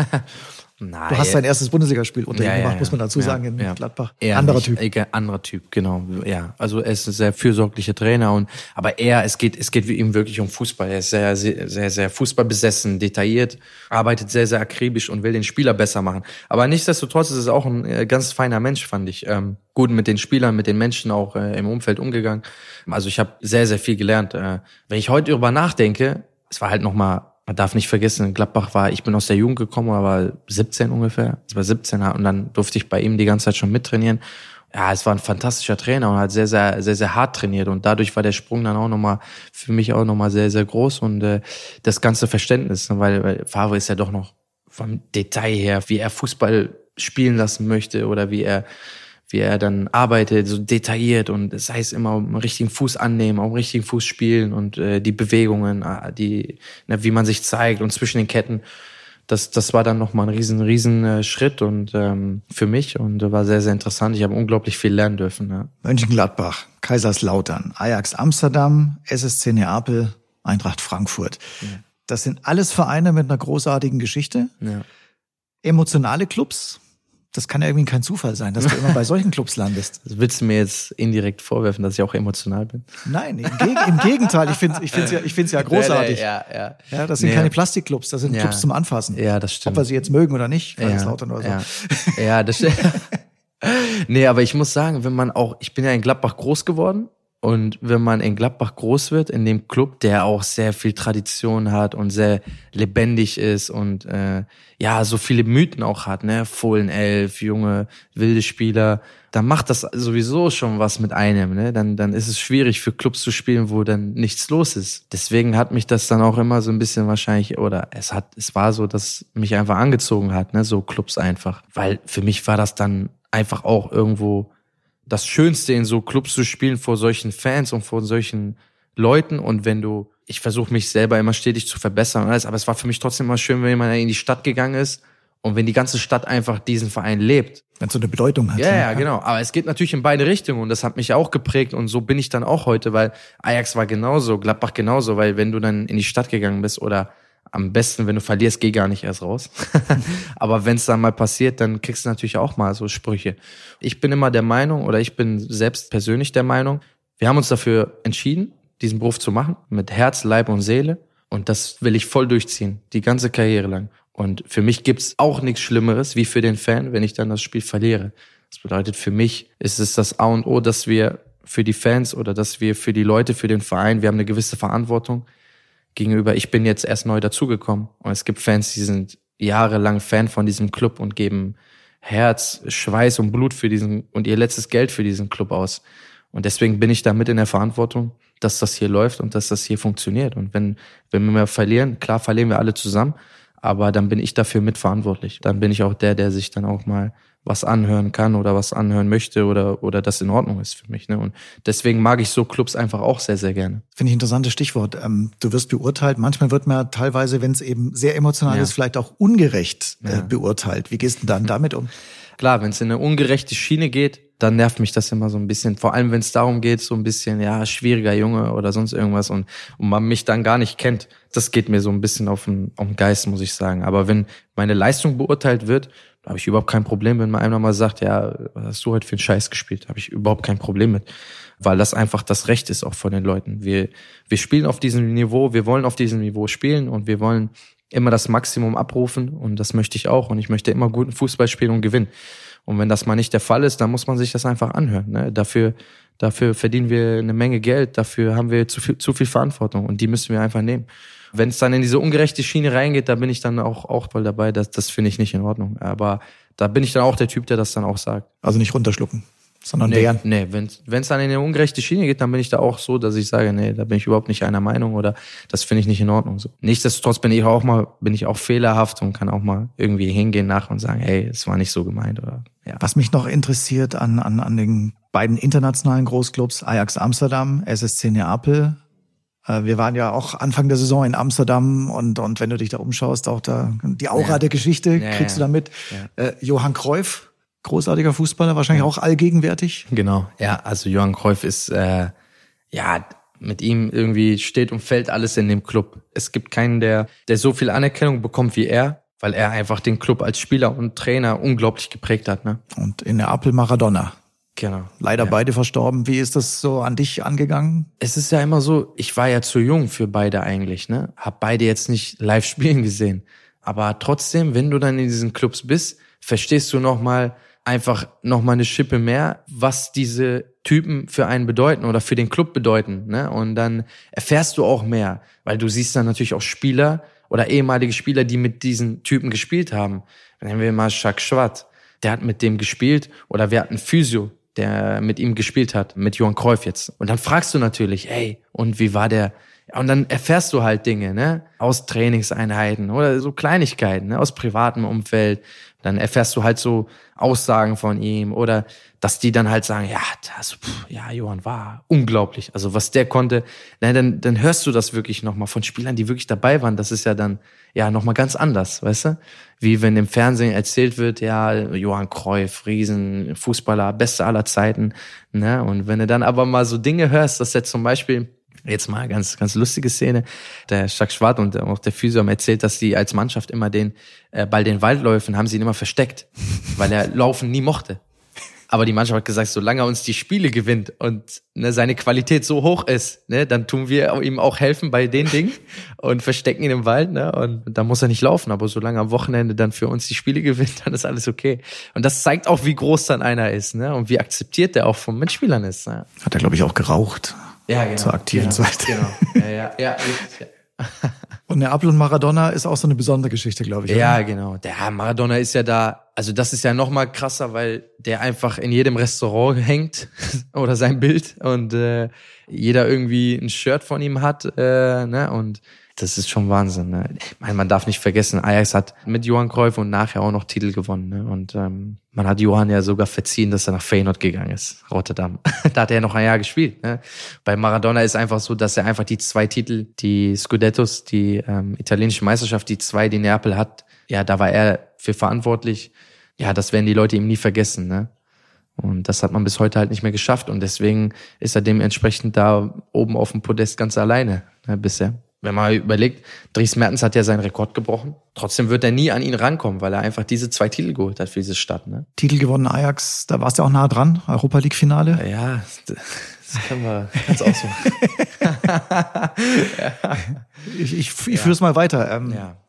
Nein. Du hast dein erstes Bundesligaspiel unter ihm gemacht, muss man dazu sagen, in Gladbach. Anderer Typ, genau. Ja, also er ist ein sehr fürsorglicher Trainer, aber es geht für ihn wirklich um Fußball. Er ist sehr, sehr, sehr, sehr fußballbesessen, detailliert, arbeitet sehr, sehr akribisch und will den Spieler besser machen. Aber nichtsdestotrotz ist es auch ein ganz feiner Mensch, fand ich. Gut mit den Spielern, mit den Menschen auch im Umfeld umgegangen. Also ich habe sehr, sehr viel gelernt. Wenn ich heute darüber nachdenke, es war halt nochmal man darf nicht vergessen, Gladbach ich bin aus der Jugend gekommen, aber 17 ungefähr, es war 17 und dann durfte ich bei ihm die ganze Zeit schon mittrainieren. Ja, es war ein fantastischer Trainer und hat sehr, sehr, sehr, sehr hart trainiert und dadurch war der Sprung dann auch nochmal, für mich auch nochmal sehr, sehr groß und das ganze Verständnis, weil Favre ist ja doch noch vom Detail her, wie er Fußball spielen lassen möchte oder wie er dann arbeitet, so detailliert und das heißt immer am richtigen Fuß annehmen, am richtigen Fuß spielen und die Bewegungen, wie man sich zeigt und zwischen den Ketten. Das war dann nochmal ein riesen Schritt und für mich und war sehr, sehr interessant. Ich habe unglaublich viel lernen dürfen. Ja. Mönchengladbach, Kaiserslautern, Ajax Amsterdam, SSC Neapel, Eintracht Frankfurt. Ja. Das sind alles Vereine mit einer großartigen Geschichte. Ja. Emotionale Clubs. Das kann ja irgendwie kein Zufall sein, dass du immer bei solchen Clubs landest. Das willst du mir jetzt indirekt vorwerfen, dass ich auch emotional bin? Nein, im Gegenteil. Ich find's ja großartig. Ja, das sind keine Plastikclubs, das sind Clubs zum Anfassen. Ja, das stimmt. Ob wir sie jetzt mögen oder nicht, Kaiserslautern oder so. Ja, das stimmt. Nee, aber ich muss sagen, ich bin ja in Gladbach groß geworden. Und wenn man in Gladbach groß wird, in dem Club, der auch sehr viel Tradition hat und sehr lebendig ist und so viele Mythen auch hat, ne, Fohlenelf, junge, wilde Spieler, dann macht das sowieso schon was mit einem, ne? Dann ist es schwierig für Clubs zu spielen, wo dann nichts los ist. Deswegen hat mich das dann auch immer so ein bisschen wahrscheinlich, oder es war so, dass mich einfach angezogen hat, ne, so Clubs einfach. Weil für mich war das dann einfach auch irgendwo das Schönste, in so Clubs zu spielen vor solchen Fans und vor solchen Leuten. Und ich versuche mich selber immer stetig zu verbessern und alles, aber es war für mich trotzdem immer schön, wenn man in die Stadt gegangen ist und wenn die ganze Stadt einfach diesen Verein lebt. Wenn es so eine Bedeutung hat. Ja, genau. Aber es geht natürlich in beide Richtungen und das hat mich auch geprägt und so bin ich dann auch heute, weil Ajax war genauso, Gladbach genauso, weil wenn du dann in die Stadt gegangen bist oder am besten, wenn du verlierst, geh gar nicht erst raus. Aber wenn es dann mal passiert, dann kriegst du natürlich auch mal so Sprüche. Ich bin immer der Meinung, oder ich bin selbst persönlich der Meinung, wir haben uns dafür entschieden, diesen Beruf zu machen, mit Herz, Leib und Seele. Und das will ich voll durchziehen, die ganze Karriere lang. Und für mich gibt's auch nichts Schlimmeres, wie für den Fan, wenn ich dann das Spiel verliere. Das bedeutet, für mich ist es das A und O, dass wir für die Fans oder dass wir für die Leute, für den Verein, wir haben eine gewisse Verantwortung gegenüber, ich bin jetzt erst neu dazugekommen und es gibt Fans, die sind jahrelang Fan von diesem Club und geben Herz, Schweiß und Blut und ihr letztes Geld für diesen Club aus. Und deswegen bin ich da mit in der Verantwortung, dass das hier läuft und dass das hier funktioniert. Und wenn wir mal verlieren, klar verlieren wir alle zusammen, aber dann bin ich dafür mitverantwortlich. Dann bin ich auch der sich dann auch mal was anhören kann oder was anhören möchte oder das in Ordnung ist für mich. Ne? Und deswegen mag ich so Clubs einfach auch sehr, sehr gerne. Finde ich ein interessantes Stichwort. Du wirst beurteilt. Manchmal wird man teilweise, wenn es eben sehr emotional ist, vielleicht auch ungerecht beurteilt. Wie gehst du dann damit um? Klar, wenn es in eine ungerechte Schiene geht, dann nervt mich das immer so ein bisschen. Vor allem, wenn es darum geht, so ein bisschen, schwieriger Junge oder sonst irgendwas und man mich dann gar nicht kennt. Das geht mir so ein bisschen auf den Geist, muss ich sagen. Aber wenn meine Leistung beurteilt wird, da habe ich überhaupt kein Problem, wenn man einmal mal sagt, was hast du heute für einen Scheiß gespielt? Da habe ich überhaupt kein Problem mit. Weil das einfach das Recht ist auch von den Leuten. Wir spielen auf diesem Niveau, wir wollen auf diesem Niveau spielen und wir wollen immer das Maximum abrufen und das möchte ich auch und ich möchte immer guten Fußball spielen und gewinnen. Und wenn das mal nicht der Fall ist, dann muss man sich das einfach anhören. Ne? Dafür verdienen wir eine Menge Geld, dafür haben wir zu viel Verantwortung und die müssen wir einfach nehmen. Wenn es dann in diese ungerechte Schiene reingeht, da bin ich dann auch voll dabei. Das finde ich nicht in Ordnung. Aber da bin ich dann auch der Typ, der das dann auch sagt. Also nicht runterschlucken, sondern wehren. Nee, wenn es dann in eine ungerechte Schiene geht, dann bin ich da auch so, dass ich sage, nee, da bin ich überhaupt nicht einer Meinung oder das finde ich nicht in Ordnung. So. Nichtsdestotrotz bin ich auch fehlerhaft und kann auch mal irgendwie hingehen nach und sagen, hey, es war nicht so gemeint oder ja. Was mich noch interessiert an den beiden internationalen Großclubs, Ajax Amsterdam, SSC Neapel. Wir waren ja auch Anfang der Saison in Amsterdam und wenn du dich da umschaust, auch da die Aura der Geschichte kriegst du da mit. Ja. Johann Cruyff, großartiger Fußballer, wahrscheinlich auch allgegenwärtig. Genau, ja, also Johann Cruyff ist, mit ihm irgendwie steht und fällt alles in dem Club. Es gibt keinen, der so viel Anerkennung bekommt wie er, weil er einfach den Club als Spieler und Trainer unglaublich geprägt hat. Ne? Und in Neapel Maradona. Genau. Leider beide verstorben. Wie ist das so an dich angegangen? Es ist ja immer so, ich war ja zu jung für beide eigentlich, ne? Hab beide jetzt nicht live spielen gesehen. Aber trotzdem, wenn du dann in diesen Clubs bist, verstehst du einfach nochmal eine Schippe mehr, was diese Typen für einen bedeuten oder für den Club bedeuten, ne? Und dann erfährst du auch mehr, weil du siehst dann natürlich auch Spieler oder ehemalige Spieler, die mit diesen Typen gespielt haben. Nehmen wir mal Jacques Schwat, der hat mit dem gespielt, oder wir hatten Physio, der mit ihm gespielt hat, mit Johann Cruyff jetzt. Und dann fragst du natürlich, hey, und wie war der? Und dann erfährst du halt Dinge, ne, aus Trainingseinheiten oder so Kleinigkeiten, ne, aus privatem Umfeld. Dann erfährst du halt so Aussagen von ihm oder dass die dann halt sagen, ja, Johann war unglaublich. Also was der konnte, dann hörst du das wirklich nochmal von Spielern, die wirklich dabei waren. Das ist ja dann nochmal ganz anders, weißt du? Wie wenn im Fernsehen erzählt wird, ja, Johann Cruyff, Riesen, Fußballer, Beste aller Zeiten, ne? Und wenn du dann aber mal so Dinge hörst, dass er zum Beispiel, jetzt mal ganz, ganz lustige Szene, der Jacques Schwat und auch der Physio haben erzählt, dass die als Mannschaft immer bei den Waldläufen haben sie ihn immer versteckt, weil er Laufen nie mochte. Aber die Mannschaft hat gesagt, solange er uns die Spiele gewinnt und seine Qualität so hoch ist, dann tun wir ihm auch helfen bei den Dingen und verstecken ihn im Wald, und da muss er nicht laufen. Aber solange er am Wochenende dann für uns die Spiele gewinnt, dann ist alles okay. Und das zeigt auch, wie groß dann einer ist, und wie akzeptiert der auch von Mitspielern ist. Ne? Hat er, glaube ich, auch geraucht. Ja, genau. Zur aktiven Zeit. Genau. Ja. Und Neapel und Maradona ist auch so eine besondere Geschichte, glaube ich. Ja, oder? genau. Der Maradona ist ja da, also das ist ja noch mal krasser, weil der einfach in jedem Restaurant hängt oder sein Bild und jeder irgendwie ein Shirt von ihm hat, und das ist schon Wahnsinn. Ne? Ich meine, man darf nicht vergessen, Ajax hat mit Johann Cruyff und nachher auch noch Titel gewonnen. Ne? Und man hat Johann ja sogar verziehen, dass er nach Feyenoord gegangen ist, Rotterdam. Da hat er noch ein Jahr gespielt. Ne? Bei Maradona ist einfach so, dass er einfach die 2 Titel, die Scudettos, die italienische Meisterschaft, die 2, die Neapel hat, da war er für verantwortlich. Ja, das werden die Leute ihm nie vergessen. Ne? Und das hat man bis heute halt nicht mehr geschafft. Und deswegen ist er dementsprechend da oben auf dem Podest ganz alleine, bisher. Wenn man überlegt, Dries Mertens hat ja seinen Rekord gebrochen. Trotzdem wird er nie an ihn rankommen, weil er einfach diese 2 Titel geholt hat für diese Stadt. Ne? Titel gewonnen Ajax, da warst du auch nah dran, Europa League Finale. Ja, das können wir ganz auch so. Ich führe es mal weiter.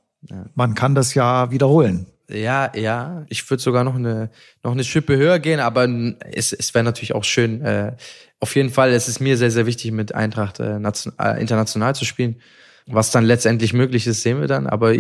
Man kann das ja wiederholen. Ja, ich würde sogar noch eine Schippe höher gehen, aber es wäre natürlich auch schön. Auf jeden Fall, es ist mir sehr, sehr wichtig, mit Eintracht international zu spielen. Was dann letztendlich möglich ist, sehen wir dann. Aber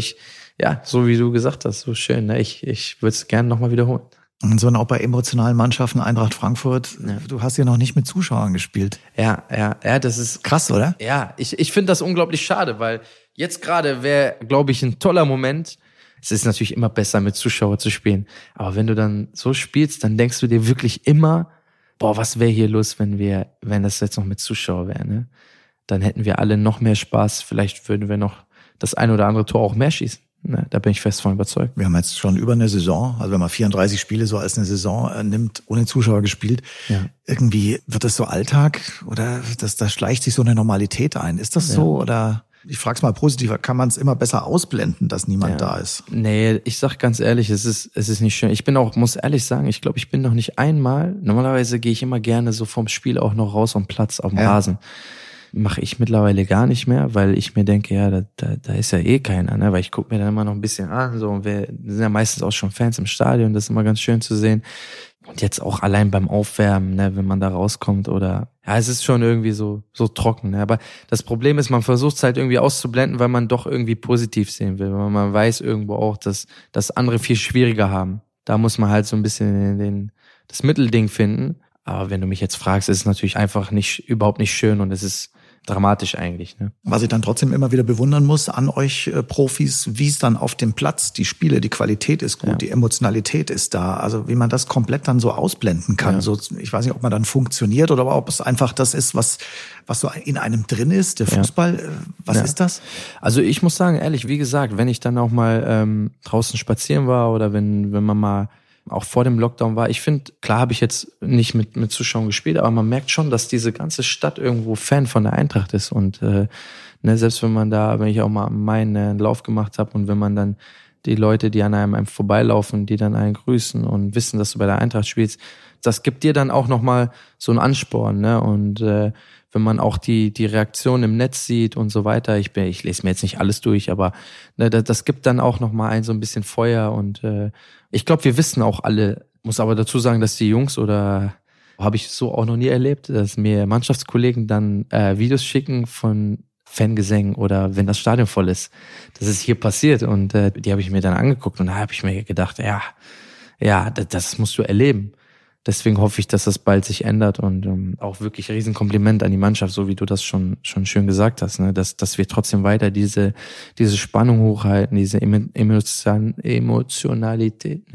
so wie du gesagt hast, so schön. Ne? Ich würde es gerne nochmal wiederholen. Und so auch bei emotionalen Mannschaften, Eintracht Frankfurt, du hast ja noch nicht mit Zuschauern gespielt. Ja, das ist krass, oder? Ja, ich finde das unglaublich schade, weil jetzt gerade wäre, glaube ich, ein toller Moment. Es ist natürlich immer besser, mit Zuschauern zu spielen. Aber wenn du dann so spielst, dann denkst du dir wirklich immer, was wäre hier los, wenn das jetzt noch mit Zuschauern wäre, ne? Dann hätten wir alle noch mehr Spaß. Vielleicht würden wir noch das ein oder andere Tor auch mehr schießen. Ne? Da bin ich fest von überzeugt. Wir haben jetzt schon über eine Saison, also wenn man 34 Spiele so als eine Saison nimmt, ohne Zuschauer gespielt, irgendwie wird das so Alltag oder da schleicht sich so eine Normalität ein. Ist das so oder... Ich frage es mal positiver, kann man es immer besser ausblenden, dass niemand da ist? Nee, ich sag ganz ehrlich, es ist nicht schön. Ich bin auch, muss ehrlich sagen, ich glaube, ich bin noch nicht einmal, normalerweise gehe ich immer gerne so vom Spiel auch noch raus am Platz, auf dem Rasen. Mache ich mittlerweile gar nicht mehr, weil ich mir denke, da ist ja eh keiner, ne? Weil ich gucke mir dann immer noch ein bisschen an, so, und wir sind ja meistens auch schon Fans im Stadion, das ist immer ganz schön zu sehen. Und jetzt auch allein beim Aufwärmen, ne, wenn man da rauskommt oder, es ist schon irgendwie so trocken, ne? Aber das Problem ist, man versucht es halt irgendwie auszublenden, weil man doch irgendwie positiv sehen will, weil man weiß irgendwo auch, dass andere viel schwieriger haben. Da muss man halt so ein bisschen das Mittelding finden. Aber wenn du mich jetzt fragst, ist es natürlich einfach überhaupt nicht schön und es ist dramatisch eigentlich. Ne? Was ich dann trotzdem immer wieder bewundern muss an euch Profis, wie es dann auf dem Platz, die Spiele, die Qualität ist gut, die Emotionalität ist da. Also wie man das komplett dann so ausblenden kann. So, ich weiß nicht, ob man dann funktioniert oder ob es einfach das ist, was so in einem drin ist, der Fußball. Was ist das? Also ich muss sagen, ehrlich, wie gesagt, wenn ich dann auch mal draußen spazieren war oder wenn man mal auch vor dem Lockdown war. Ich finde, klar habe ich jetzt nicht mit Zuschauern gespielt, aber man merkt schon, dass diese ganze Stadt irgendwo Fan von der Eintracht ist. Und selbst wenn ich auch mal meinen Lauf gemacht habe und wenn man dann die Leute, die an einem vorbeilaufen, die dann einen grüßen und wissen, dass du bei der Eintracht spielst, das gibt dir dann auch nochmal so einen Ansporn. Ne? Und wenn man auch die Reaktion im Netz sieht und so weiter, ich lese mir jetzt nicht alles durch, aber das gibt dann auch nochmal so ein bisschen Feuer und ich glaube, wir wissen auch alle, muss aber dazu sagen, dass die Jungs oder habe ich so auch noch nie erlebt, dass mir Mannschaftskollegen dann Videos schicken von Fangesängen oder wenn das Stadion voll ist. Das ist hier passiert und die habe ich mir dann angeguckt und da habe ich mir gedacht, ja, das musst du erleben. Deswegen hoffe ich, dass das bald sich ändert und auch wirklich Riesenkompliment an die Mannschaft, so wie du das schon schön gesagt hast, ne? Dass wir trotzdem weiter diese Spannung hochhalten, diese Emotionalität,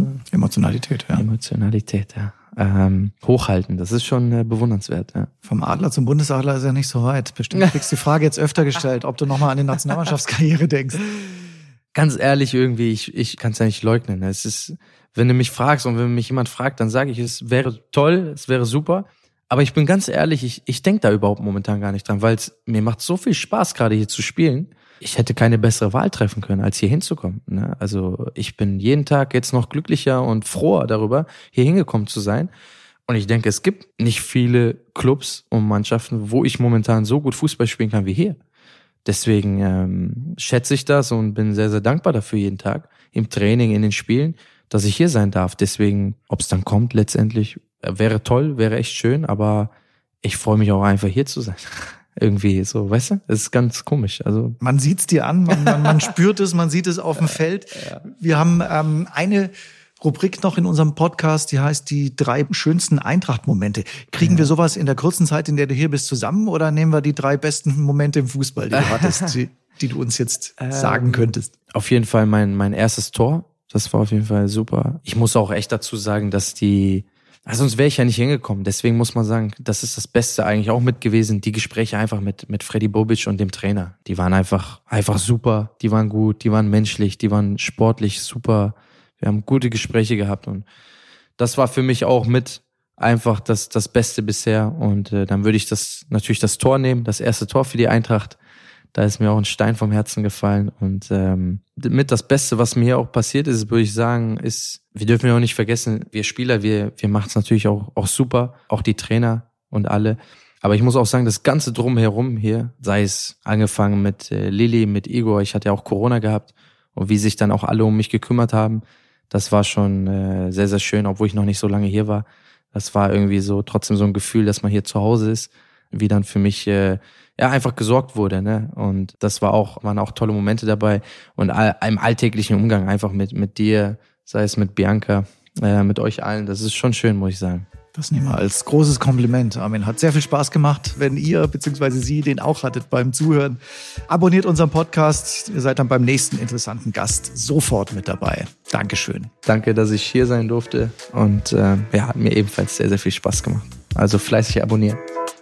hochhalten. Das ist schon bewundernswert. Ja. Vom Adler zum Bundesadler ist ja nicht so weit. Bestimmt kriegst du die Frage jetzt öfter gestellt, ob du nochmal an die Nationalmannschaftskarriere denkst. Ganz ehrlich, irgendwie, ich kann es ja nicht leugnen. Es ist, wenn du mich fragst und wenn mich jemand fragt, dann sage ich, es wäre toll, es wäre super. Aber ich bin ganz ehrlich, ich denke da überhaupt momentan gar nicht dran, weil mir macht so viel Spaß, gerade hier zu spielen. Ich hätte keine bessere Wahl treffen können, als hier hinzukommen. Ne? Also ich bin jeden Tag jetzt noch glücklicher und froher darüber, hier hingekommen zu sein. Und ich denke, es gibt nicht viele Clubs und Mannschaften, wo ich momentan so gut Fußball spielen kann wie hier. Deswegen schätze ich das und bin sehr, sehr dankbar dafür jeden Tag im Training, in den Spielen, dass ich hier sein darf. Deswegen, ob es dann kommt letztendlich, wäre toll, wäre echt schön, aber ich freue mich auch einfach hier zu sein. Irgendwie so, weißt du? Das ist ganz komisch. Also man sieht's dir an, man spürt es, man sieht es auf dem Feld. Ja. Wir haben eine Rubrik noch in unserem Podcast, die heißt die 3 schönsten Eintracht-Momente. Kriegen wir sowas in der kurzen Zeit, in der du hier bist, zusammen oder nehmen wir die 3 besten Momente im Fußball, die du hattest, die du uns jetzt sagen könntest? Auf jeden Fall mein erstes Tor. Das war auf jeden Fall super. Ich muss auch echt dazu sagen, dass sonst wäre ich ja nicht hingekommen. Deswegen muss man sagen, das ist das Beste eigentlich auch mit gewesen. Die Gespräche einfach mit Freddy Bobic und dem Trainer. Die waren einfach super. Die waren gut, die waren menschlich, die waren sportlich super. Wir haben gute Gespräche gehabt und das war für mich auch mit einfach das Beste bisher. Und dann würde ich natürlich das Tor nehmen, das erste Tor für die Eintracht. Da ist mir auch ein Stein vom Herzen gefallen. Und mit das Beste, was mir hier auch passiert ist, würde ich sagen, ist, wir dürfen ja auch nicht vergessen, wir Spieler, wir machen es natürlich auch super, auch die Trainer und alle. Aber ich muss auch sagen, das Ganze drumherum hier, sei es angefangen mit Lilly, mit Igor, ich hatte ja auch Corona gehabt und wie sich dann auch alle um mich gekümmert haben, das war schon sehr, sehr schön, obwohl ich noch nicht so lange hier war. Das war irgendwie so trotzdem so ein Gefühl, dass man hier zu Hause ist, wie dann für mich einfach gesorgt wurde, ne? Und das waren auch tolle Momente dabei und im alltäglichen Umgang einfach mit dir, sei es mit Bianca, mit euch allen. Das ist schon schön, muss ich sagen. Das nehmen wir als großes Kompliment. Armin, hat sehr viel Spaß gemacht, wenn ihr bzw. Sie den auch hattet beim Zuhören. Abonniert unseren Podcast. Ihr seid dann beim nächsten interessanten Gast sofort mit dabei. Dankeschön. Danke, dass ich hier sein durfte und hat mir ebenfalls sehr, sehr viel Spaß gemacht. Also fleißig abonnieren.